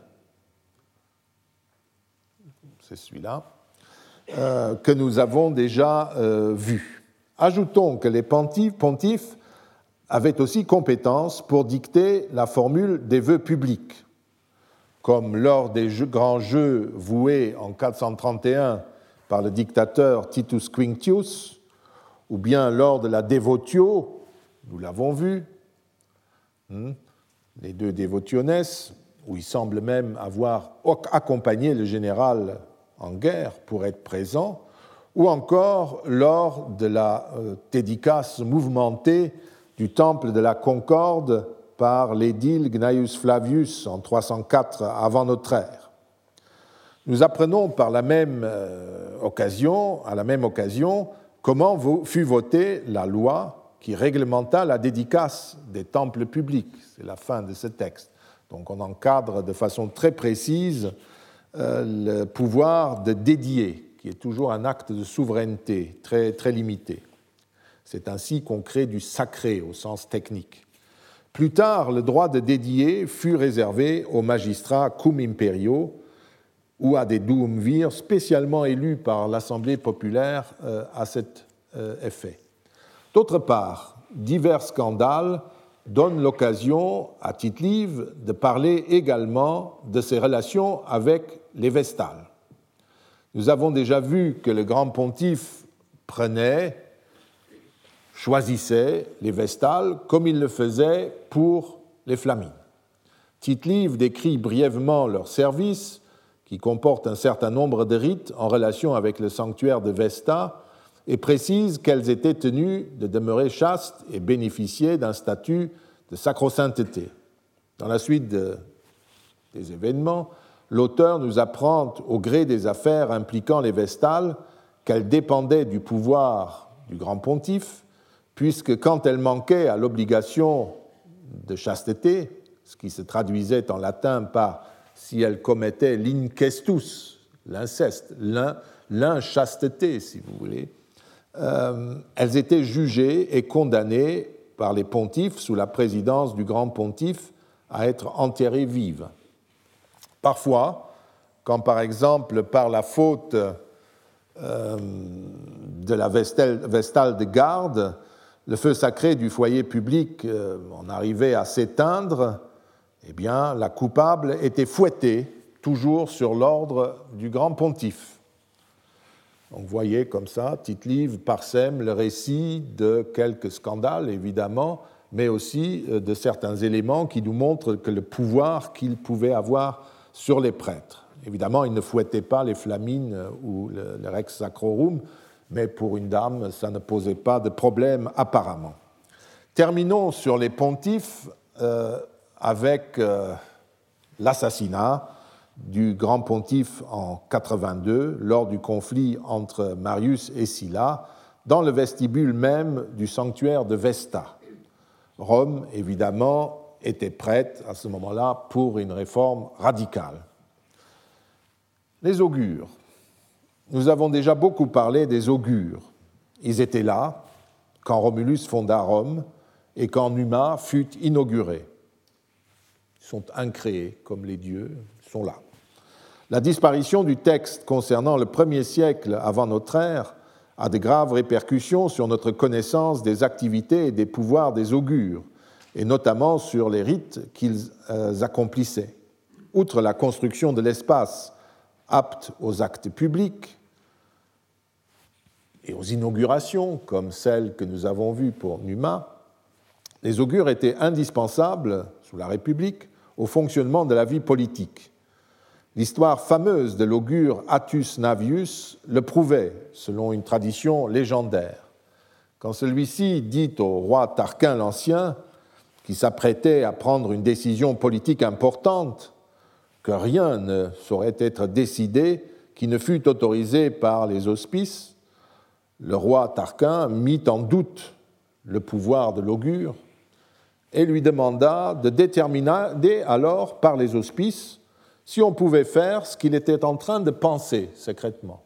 c'est celui-là, que nous avons déjà vu. Ajoutons que les pontifes avaient aussi compétence pour dicter la formule des vœux publics, comme lors des grands jeux voués en 431 par le dictateur Titus Quinctius, ou bien lors de la Devotio, nous l'avons vu, les deux Devotiones, où il semble même avoir accompagné le général en guerre pour être présent, ou encore lors de la dédicace mouvementée du temple de la Concorde par l'édile Gnaeus Flavius en 304 avant notre ère. Nous apprenons à la même occasion, comment fut votée la loi qui réglementa la dédicace des temples publics. C'est la fin de ce texte. Donc on encadre de façon très précise le pouvoir de dédier, qui est toujours un acte de souveraineté très, très limité. C'est ainsi qu'on crée du sacré au sens technique. Plus tard, le droit de dédier fut réservé aux magistrats cum imperio ou à des duumvirs spécialement élus par l'Assemblée populaire à cet effet. D'autre part, divers scandales donne l'occasion à Tite-Live de parler également de ses relations avec les Vestales. Nous avons déjà vu que le grand pontife choisissait les Vestales comme il le faisait pour les Flamines. Tite-Live décrit brièvement leur service, qui comporte un certain nombre de rites en relation avec le sanctuaire de Vesta, et précise qu'elles étaient tenues de demeurer chastes et bénéficier d'un statut de sacro-sainteté. Dans la suite des événements, l'auteur nous apprend, au gré des affaires impliquant les Vestales, qu'elles dépendaient du pouvoir du grand pontife, puisque quand elles manquaient à l'obligation de chasteté, ce qui se traduisait en latin par si elles commettaient l'incestus, l'inceste, l'inchasteté, si vous voulez, elles étaient jugées et condamnées par les pontifes sous la présidence du grand pontife à être enterrées vives. Parfois, quand par exemple par la faute de la vestale de garde, le feu sacré du foyer public en arrivait à s'éteindre, eh bien, la coupable était fouettée, toujours sur l'ordre du grand pontife. Donc, vous voyez comme ça, Tite-Live parsème le récit de quelques scandales, évidemment, mais aussi de certains éléments qui nous montrent que le pouvoir qu'il pouvait avoir sur les prêtres. Évidemment, il ne fouettait pas les flamines ou le rex sacrorum, mais pour une dame, ça ne posait pas de problème apparemment. Terminons sur les pontifes avec l'assassinat du grand pontife en 82, lors du conflit entre Marius et Sylla, dans le vestibule même du sanctuaire de Vesta. Rome, évidemment, était prête à ce moment-là pour une réforme radicale. Les augures. Nous avons déjà beaucoup parlé des augures. Ils étaient là quand Romulus fonda Rome et quand Numa fut inauguré. Ils sont incréés comme les dieux, ils sont là. La disparition du texte concernant le 1er siècle avant notre ère a de graves répercussions sur notre connaissance des activités et des pouvoirs des augures, et notamment sur les rites qu'ils accomplissaient. Outre la construction de l'espace apte aux actes publics et aux inaugurations, comme celle que nous avons vue pour Numa, les augures étaient indispensables, sous la République, au fonctionnement de la vie politique. L'histoire fameuse de l'augure Attus Navius le prouvait, selon une tradition légendaire. Quand celui-ci dit au roi Tarquin l'Ancien, qui s'apprêtait à prendre une décision politique importante, que rien ne saurait être décidé qui ne fût autorisé par les auspices, le roi Tarquin mit en doute le pouvoir de l'augure et lui demanda de déterminer alors par les auspices si on pouvait faire ce qu'il était en train de penser secrètement.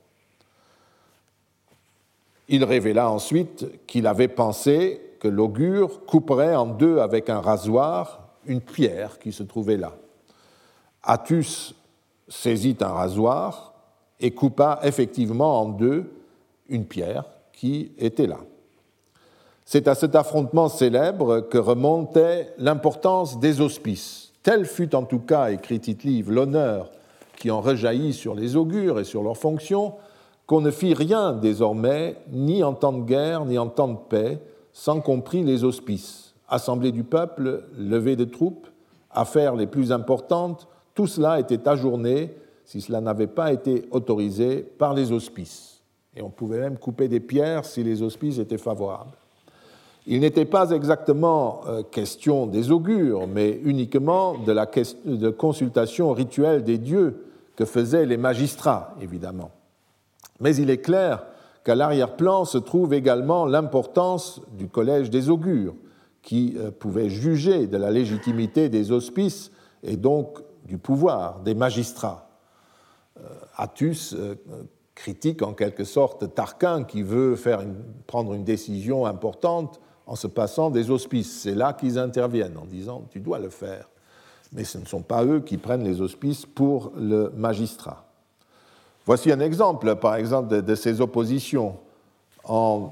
Il révéla ensuite qu'il avait pensé que l'augure couperait en deux avec un rasoir une pierre qui se trouvait là. Attus saisit un rasoir et coupa effectivement en deux une pierre qui était là. C'est à cet affrontement célèbre que remontait l'importance des auspices. Tel fut en tout cas, écrit Tite-Live, l'honneur qui en rejaillit sur les augures et sur leurs fonctions, qu'on ne fit rien désormais, ni en temps de guerre, ni en temps de paix, sans qu'on prît les auspices. Assemblée du peuple, levée de troupes, affaires les plus importantes, tout cela était ajourné si cela n'avait pas été autorisé par les auspices. Et on pouvait même couper des pierres si les auspices étaient favorables. Il n'était pas exactement question des augures, mais uniquement de consultation rituelle des dieux que faisaient les magistrats, évidemment. Mais il est clair qu'à l'arrière-plan se trouve également l'importance du collège des augures, qui pouvait juger de la légitimité des auspices et donc du pouvoir des magistrats. Attus critique en quelque sorte Tarquin qui veut prendre une décision importante en se passant des auspices. C'est là qu'ils interviennent en disant « tu dois le faire ». Mais ce ne sont pas eux qui prennent les auspices pour le magistrat. Voici un exemple, par exemple, de ces oppositions En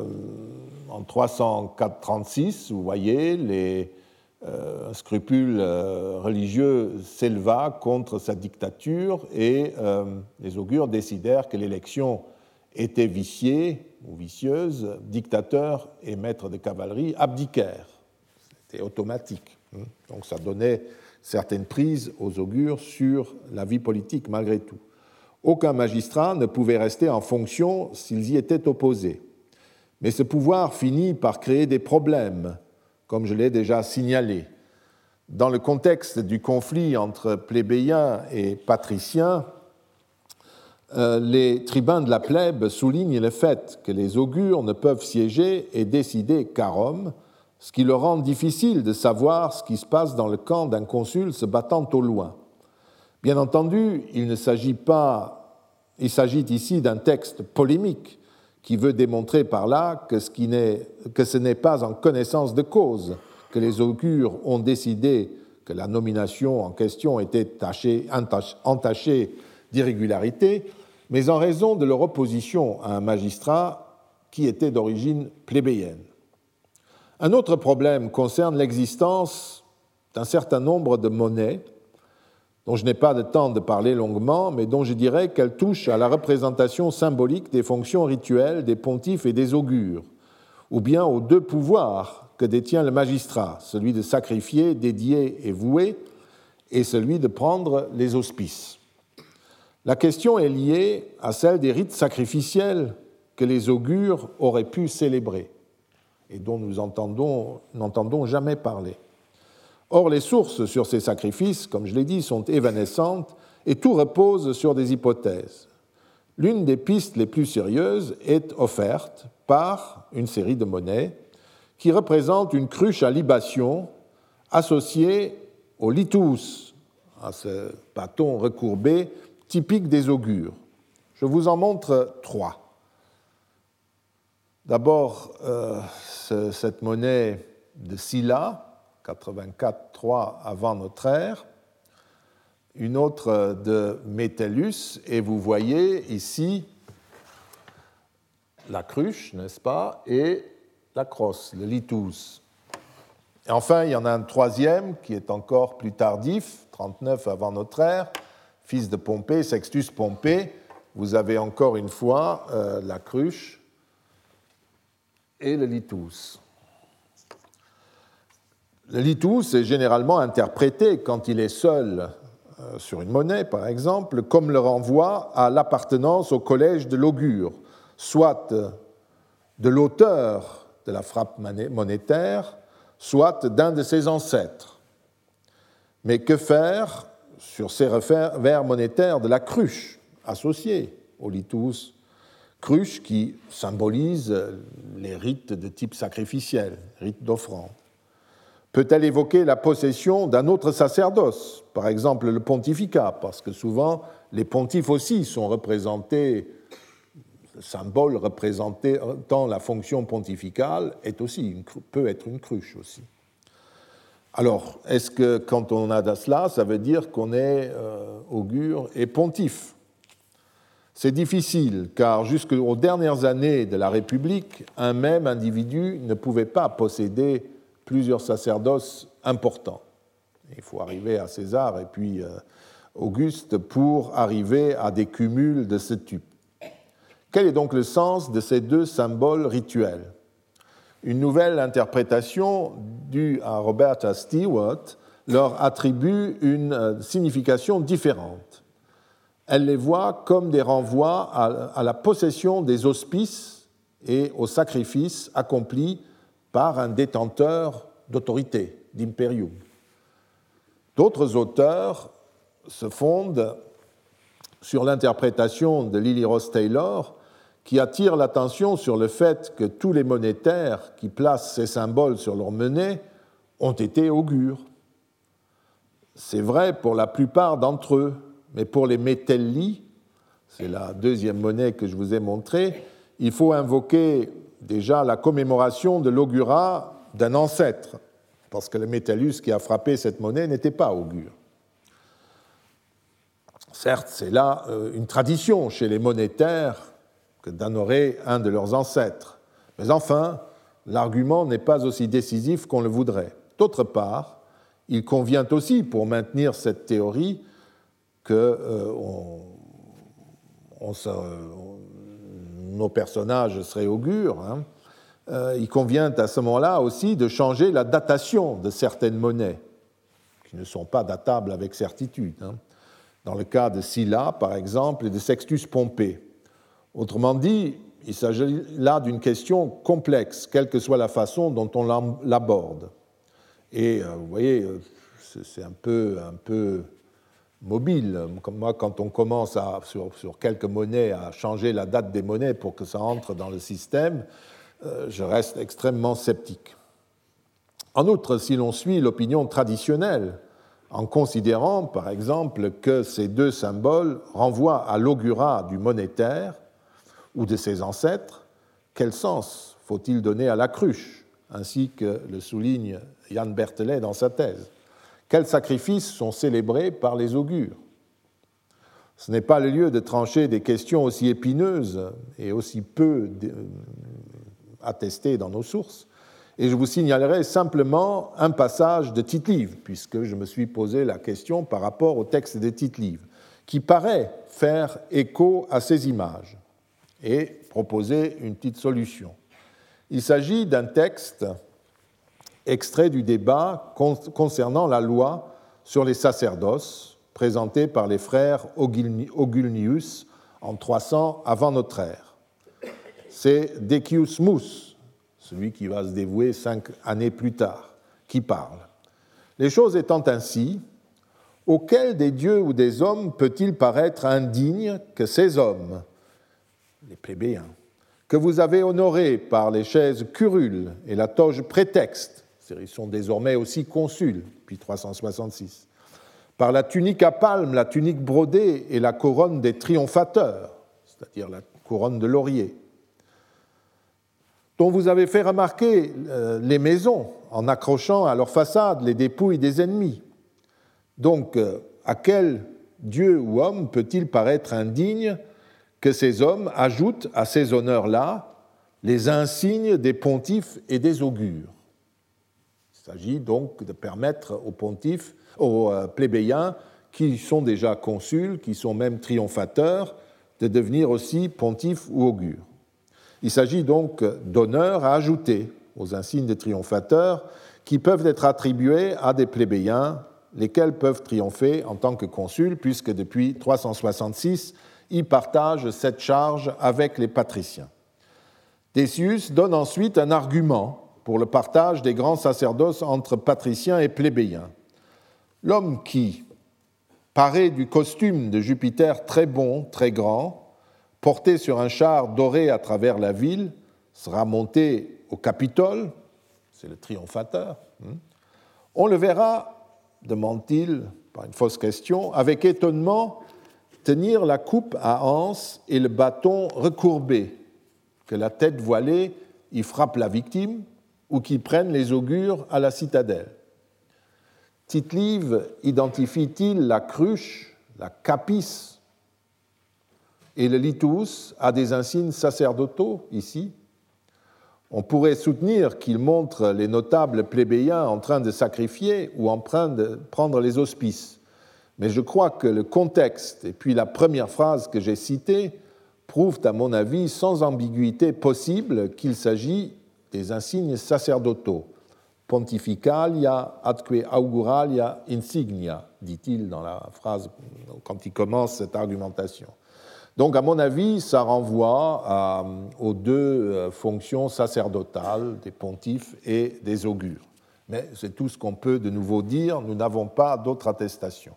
304-36, vous voyez, les scrupules religieux s'éleva contre sa dictature et les augures décidèrent que l'élection était viciée ou vicieuse, dictateur et maître de cavalerie abdiquèrent. C'était automatique. Donc ça donnait certaines prises aux augures sur la vie politique malgré tout. Aucun magistrat ne pouvait rester en fonction s'ils y étaient opposés. Mais ce pouvoir finit par créer des problèmes, comme je l'ai déjà signalé. Dans le contexte du conflit entre plébéiens et patriciens, les tribuns de la plèbe soulignent le fait que les augures ne peuvent siéger et décider qu'à Rome, ce qui leur rend difficile de savoir ce qui se passe dans le camp d'un consul se battant au loin. Bien entendu, il s'agit ici d'un texte polémique qui veut démontrer par là que ce n'est pas en connaissance de cause que les augures ont décidé que la nomination en question était entachée d'irrégularité, mais en raison de leur opposition à un magistrat qui était d'origine plébéienne. Un autre problème concerne l'existence d'un certain nombre de monnaies dont je n'ai pas de temps de parler longuement, mais dont je dirais qu'elles touchent à la représentation symbolique des fonctions rituelles des pontifes et des augures, ou bien aux deux pouvoirs que détient le magistrat, celui de sacrifier, dédier et vouer, et celui de prendre les auspices. La question est liée à celle des rites sacrificiels que les augures auraient pu célébrer et dont nous n'entendons jamais parler. Or, les sources sur ces sacrifices, comme je l'ai dit, sont évanescentes et tout repose sur des hypothèses. L'une des pistes les plus sérieuses est offerte par une série de monnaies qui représentent une cruche à libation associée au litus, à ce bâton recourbé typique des augures. Je vous en montre 3. D'abord, cette monnaie de Sylla, 84-3 avant notre ère, une autre de Metellus, et vous voyez ici la cruche, n'est-ce pas, et la crosse, le litus. Et enfin, il y en a un troisième qui est encore plus tardif, 39 avant notre ère, fils de Pompée, Sextus Pompée. Vous avez encore une fois la cruche et le litus. Le litus est généralement interprété, quand il est seul sur une monnaie, par exemple, comme le renvoi à l'appartenance au collège de l'augure, soit de l'auteur de la frappe monétaire, soit d'un de ses ancêtres. Mais que faire sur ces revers monétaires de la cruche associée au litus, cruche qui symbolise les rites de type sacrificiel, rites d'offrande? Peut-elle évoquer la possession d'un autre sacerdoce, par exemple le pontificat, parce que souvent les pontifes aussi sont représentés, le symbole représentant la fonction pontificale peut être une cruche aussi. Alors, est-ce que quand on a cela, ça veut dire qu'on est augure et pontife? C'est difficile, car jusqu'aux dernières années de la République, un même individu ne pouvait pas posséder plusieurs sacerdoces importants. Il faut arriver à César et puis Auguste pour arriver à des cumuls de ce type. Quel est donc le sens de ces deux symboles rituels? Une nouvelle interprétation due à Roberta Stewart leur attribue une signification différente. Elle les voit comme des renvois à la possession des auspices et aux sacrifices accomplis par un détenteur d'autorité, d'imperium. D'autres auteurs se fondent sur l'interprétation de Lily Rose Taylor, qui attire l'attention sur le fait que tous les monétaires qui placent ces symboles sur leur monnaie ont été augures. C'est vrai pour la plupart d'entre eux, mais pour les metelli, c'est la deuxième monnaie que je vous ai montrée, il faut invoquer déjà la commémoration de l'augurat d'un ancêtre, parce que le Metellus qui a frappé cette monnaie n'était pas augure. Certes, c'est là une tradition chez les monétaires que d'honorer un de leurs ancêtres. Mais enfin, l'argument n'est pas aussi décisif qu'on le voudrait. D'autre part, il convient aussi, pour maintenir cette théorie, que nos personnages seraient augures, il convient à ce moment-là aussi de changer la datation de certaines monnaies, qui ne sont pas datables avec certitude. Dans le cas de Sylla, par exemple, et de Sextus Pompée. Autrement dit, il s'agit là d'une question complexe, quelle que soit la façon dont on l'aborde. Et vous voyez, c'est un peu mobile. Comme moi, quand on commence sur quelques monnaies à changer la date des monnaies pour que ça entre dans le système, je reste extrêmement sceptique. En outre, si l'on suit l'opinion traditionnelle, en considérant, par exemple, que ces deux symboles renvoient à l'augurat du monétaire ou de ses ancêtres, quel sens faut-il donner à la cruche, ainsi que le souligne Jan Berthelet dans sa thèse? Quels sacrifices sont célébrés par les augures? Ce n'est pas le lieu de trancher des questions aussi épineuses et aussi peu attestées dans nos sources, et je vous signalerai simplement un passage de Tite-Live, puisque je me suis posé la question par rapport au texte de Tite-Live, qui paraît faire écho à ces images et proposer une petite solution. Il s'agit d'un texte extrait du débat concernant la loi sur les sacerdoces, présenté par les frères Augulnius en 300 avant notre ère. C'est Decius Mus, celui qui va se dévouer 5 années plus tard, qui parle. Les choses étant ainsi, auquel des dieux ou des hommes peut-il paraître indigne que ces hommes, les plébéiens, que vous avez honorés par les chaises curules et la toge prétexte, ils sont désormais aussi consuls depuis 366, par la tunique à palmes, la tunique brodée et la couronne des triomphateurs, c'est-à-dire la couronne de laurier, dont vous avez fait remarquer les maisons en accrochant à leur façade les dépouilles des ennemis. Donc, à quel dieu ou homme peut-il paraître indigne que ces hommes ajoutent à ces honneurs-là les insignes des pontifes et des augures? Il s'agit donc de permettre aux pontifes, aux plébéiens, qui sont déjà consuls, qui sont même triomphateurs, de devenir aussi pontifes ou augures. Il s'agit donc d'honneurs à ajouter aux insignes de triomphateurs qui peuvent être attribués à des plébéiens, lesquels peuvent triompher en tant que consuls, puisque depuis 366, ils partagent cette charge avec les patriciens. Decius donne ensuite un argument pour le partage des grands sacerdoces entre patriciens et plébéiens. L'homme qui, paré du costume de Jupiter très bon, très grand, porté sur un char doré à travers la ville, sera monté au Capitole, c'est le triomphateur. On le verra, demande-t-il, par une fausse question, avec étonnement, tenir la coupe à anse et le bâton recourbé, que la tête voilée y frappe la victime ou qui prenne les augures à la citadelle. Tite-Live identifie-t-il la cruche, la capis, et le litus a des insignes sacerdotaux ici? On pourrait soutenir qu'il montre les notables plébéiens en train de sacrifier ou en train de prendre les auspices. Mais je crois que le contexte et puis la première phrase que j'ai citée prouvent, à mon avis, sans ambiguïté possible qu'il s'agit des insignes sacerdotaux. Pontificalia atque auguralia insignia, dit-il dans la phrase quand il commence cette argumentation. Donc, à mon avis, ça renvoie aux deux fonctions sacerdotales des pontifes et des augures. Mais c'est tout ce qu'on peut de nouveau dire, nous n'avons pas d'autre attestation.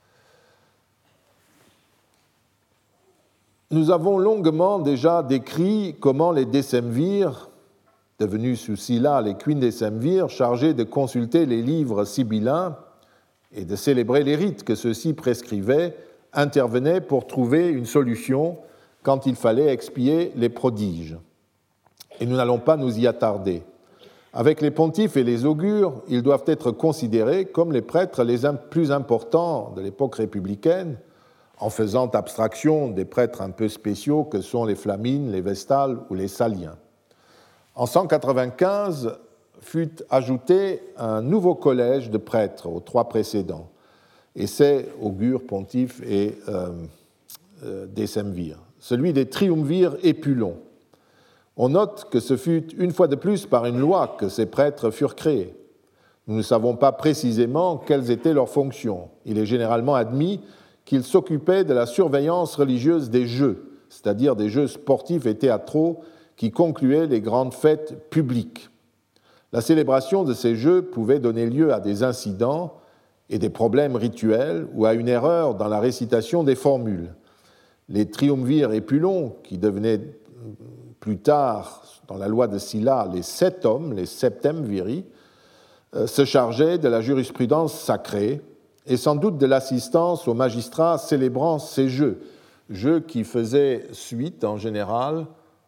Nous avons longuement déjà décrit comment les décemvirs, devenus sous Sylla les quindécemvirs, chargés de consulter les livres sibyllins et de célébrer les rites que ceux-ci prescrivaient, intervenaient pour trouver une solution quand il fallait expier les prodiges. Et nous n'allons pas nous y attarder. Avec les pontifes et les augures, ils doivent être considérés comme les prêtres les plus importants de l'époque républicaine, en faisant abstraction des prêtres un peu spéciaux que sont les Flamines, les Vestales ou les Saliens. En 195 fut ajouté un nouveau collège de prêtres aux 3 précédents, et c'est Augure, Pontife et Décemvir, celui des triumvirs épulons. On note que ce fut une fois de plus par une loi que ces prêtres furent créés. Nous ne savons pas précisément quelles étaient leurs fonctions. Il est généralement admis qu'ils s'occupaient de la surveillance religieuse des jeux, c'est-à-dire des jeux sportifs et théâtraux qui concluaient les grandes fêtes publiques. La célébration de ces jeux pouvait donner lieu à des incidents et des problèmes rituels ou à une erreur dans la récitation des formules. Les triumvirs épulons, qui devenaient plus tard, dans la loi de Sylla, les 7 hommes, les septem viri, se chargeaient de la jurisprudence sacrée et sans doute de l'assistance aux magistrats célébrant ces jeux qui faisaient suite en général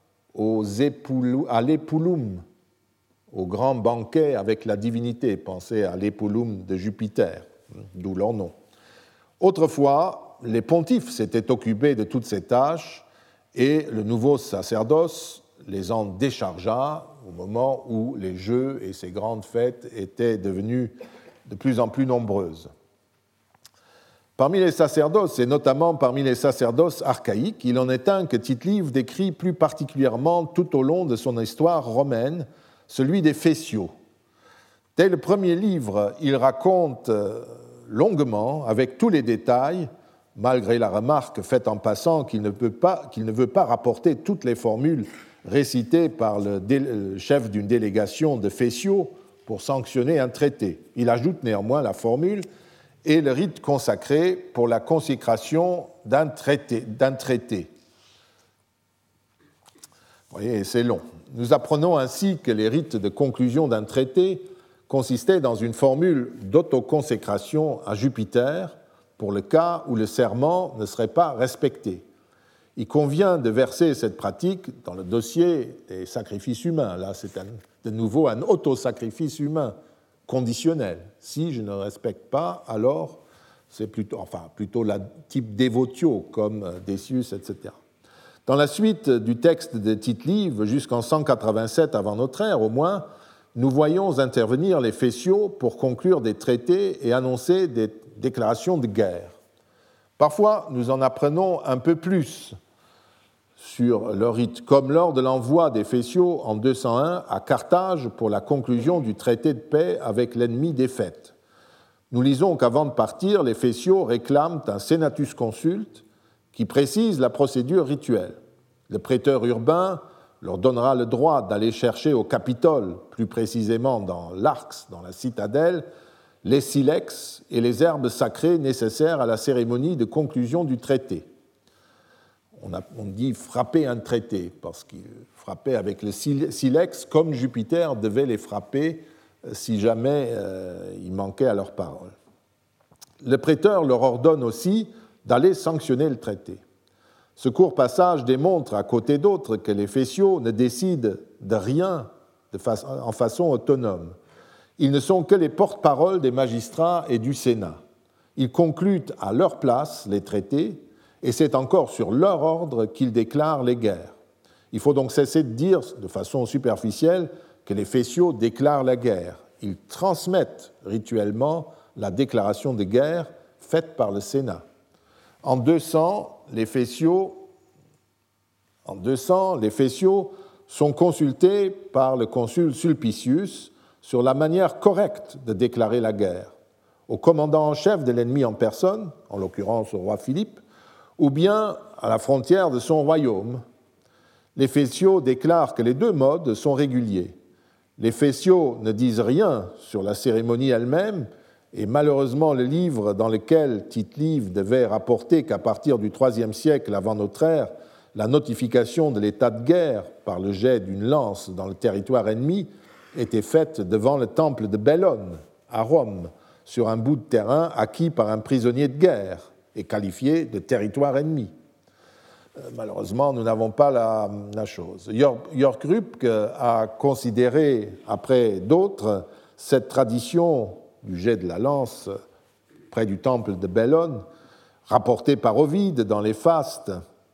à l'épulum, au grand banquet avec la divinité. Pensez à l'épulum de Jupiter, d'où leur nom. Autrefois, les pontifes s'étaient occupés de toutes ces tâches et le nouveau sacerdoce les en déchargea au moment où les jeux et ces grandes fêtes étaient devenues de plus en plus nombreuses. Parmi les sacerdoces, et notamment parmi les sacerdoces archaïques, il en est un que Tite-Live décrit plus particulièrement tout au long de son histoire romaine, celui des Fétiaux. Dès le premier livre, il raconte longuement, avec tous les détails, malgré la remarque faite en passant qu'il ne veut pas rapporter toutes les formules récitées par le chef d'une délégation de Fétiaux pour sanctionner un traité. Il ajoute néanmoins la formule et le rite consacré pour la consécration d'un traité. Vous voyez, c'est long. Nous apprenons ainsi que les rites de conclusion d'un traité consistaient dans une formule d'autoconsécration à Jupiter pour le cas où le serment ne serait pas respecté. Il convient de verser cette pratique dans le dossier des sacrifices humains. Là, c'est de nouveau un autosacrifice humain conditionnel. Si je ne respecte pas, alors c'est plutôt la type dévotio comme Decius, etc. Dans la suite du texte de Tite-Live, jusqu'en 187 avant notre ère au moins, nous voyons intervenir les Fétiaux pour conclure des traités et annoncer des déclarations de guerre. Parfois, nous en apprenons un peu plus sur leur rite, comme lors de l'envoi des Fétiaux en 201 à Carthage pour la conclusion du traité de paix avec l'ennemi défaite. Nous lisons qu'avant de partir, les Fétiaux réclament un senatus consulte qui précise la procédure rituelle. Le préteur urbain leur donnera le droit d'aller chercher au Capitole, plus précisément dans l'Arx, dans la citadelle, les silex et les herbes sacrées nécessaires à la cérémonie de conclusion du traité. On dit frapper un traité, parce qu'ils frappaient avec le silex comme Jupiter devait les frapper si jamais ils manquaient à leur parole. Le préteur leur ordonne aussi d'aller sanctionner le traité. Ce court passage démontre à côté d'autres que les Fétiaux ne décident de rien en façon autonome. Ils ne sont que les porte-parole des magistrats et du Sénat. Ils concluent à leur place les traités et c'est encore sur leur ordre qu'ils déclarent les guerres. Il faut donc cesser de dire de façon superficielle que les Fétiaux déclarent la guerre. Ils transmettent rituellement la déclaration de guerre faite par le Sénat. En 200, les Fétiaux sont consultés par le consul Sulpicius sur la manière correcte de déclarer la guerre, au commandant en chef de l'ennemi en personne, en l'occurrence au roi Philippe, ou bien à la frontière de son royaume. Les Fétiaux déclarent que les deux modes sont réguliers. Les Fétiaux ne disent rien sur la cérémonie elle-même, et malheureusement le livre dans lequel Tite-Live devait rapporter qu'à partir du IIIe siècle avant notre ère, la notification de l'état de guerre par le jet d'une lance dans le territoire ennemi était faite devant le temple de Bellone, à Rome, sur un bout de terrain acquis par un prisonnier de guerre et qualifié de territoire ennemi. Malheureusement, nous n'avons pas la chose. Jörg Rübke a considéré, après d'autres, cette tradition du jet de la lance près du temple de Bellone rapporté par Ovide dans les Fastes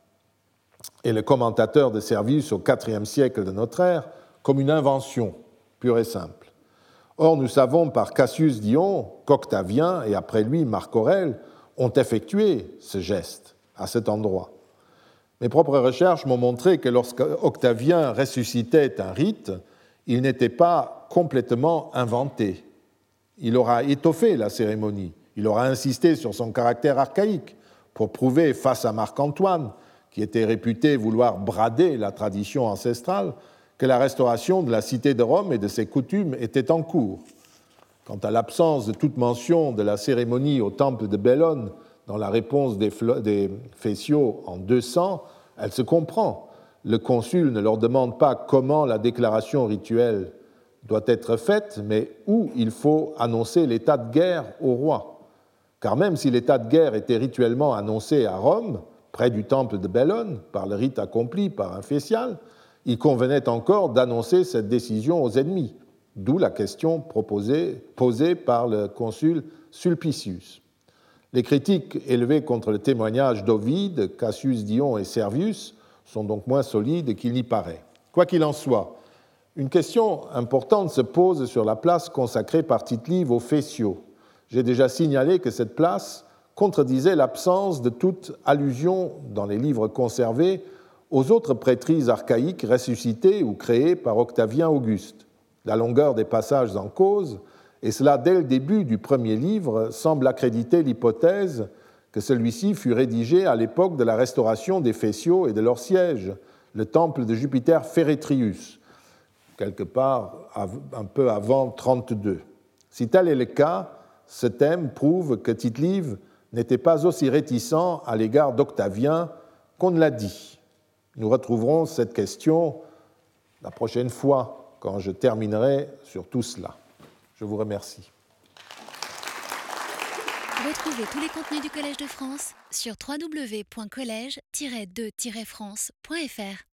et le commentateur de Servius au IVe siècle de notre ère, comme une invention pure et simple. Or, nous savons par Cassius Dion qu'Octavien et après lui Marc Aurèle ont effectué ce geste à cet endroit. Mes propres recherches m'ont montré que lorsque Octavien ressuscitait un rite, il n'était pas complètement inventé. Il aura étoffé la cérémonie, il aura insisté sur son caractère archaïque pour prouver face à Marc-Antoine, qui était réputé vouloir brader la tradition ancestrale, que la restauration de la cité de Rome et de ses coutumes était en cours. Quant à l'absence de toute mention de la cérémonie au temple de Bellone dans la réponse des Phéciaux en 200, elle se comprend. Le consul ne leur demande pas comment la déclaration rituelle doit être faite, mais où il faut annoncer l'état de guerre au roi. Car même si l'état de guerre était rituellement annoncé à Rome, près du temple de Bellone, par le rite accompli par un Phécial, il convenait encore d'annoncer cette décision aux ennemis, d'où la question posée par le consul Sulpicius. Les critiques élevées contre le témoignage d'Ovide, Cassius Dion et Servius sont donc moins solides qu'il n'y paraît. Quoi qu'il en soit, une question importante se pose sur la place consacrée par Tite-Live aux Phéciaux. J'ai déjà signalé que cette place contredisait l'absence de toute allusion dans les livres conservés aux autres prêtrises archaïques ressuscitées ou créées par Octavien Auguste. La longueur des passages en cause, et cela dès le début du premier livre, semble accréditer l'hypothèse que celui-ci fut rédigé à l'époque de la restauration des Phéciaux et de leur siège, le temple de Jupiter Feretrius, quelque part un peu avant 32. Si tel est le cas, ce thème prouve que Tite-Live n'était pas aussi réticent à l'égard d'Octavien qu'on ne l'a dit. Nous retrouverons cette question la prochaine fois quand je terminerai sur tout cela. Je vous remercie. Retrouvez tous les contenus du Collège de France sur www.collège-2-france.fr.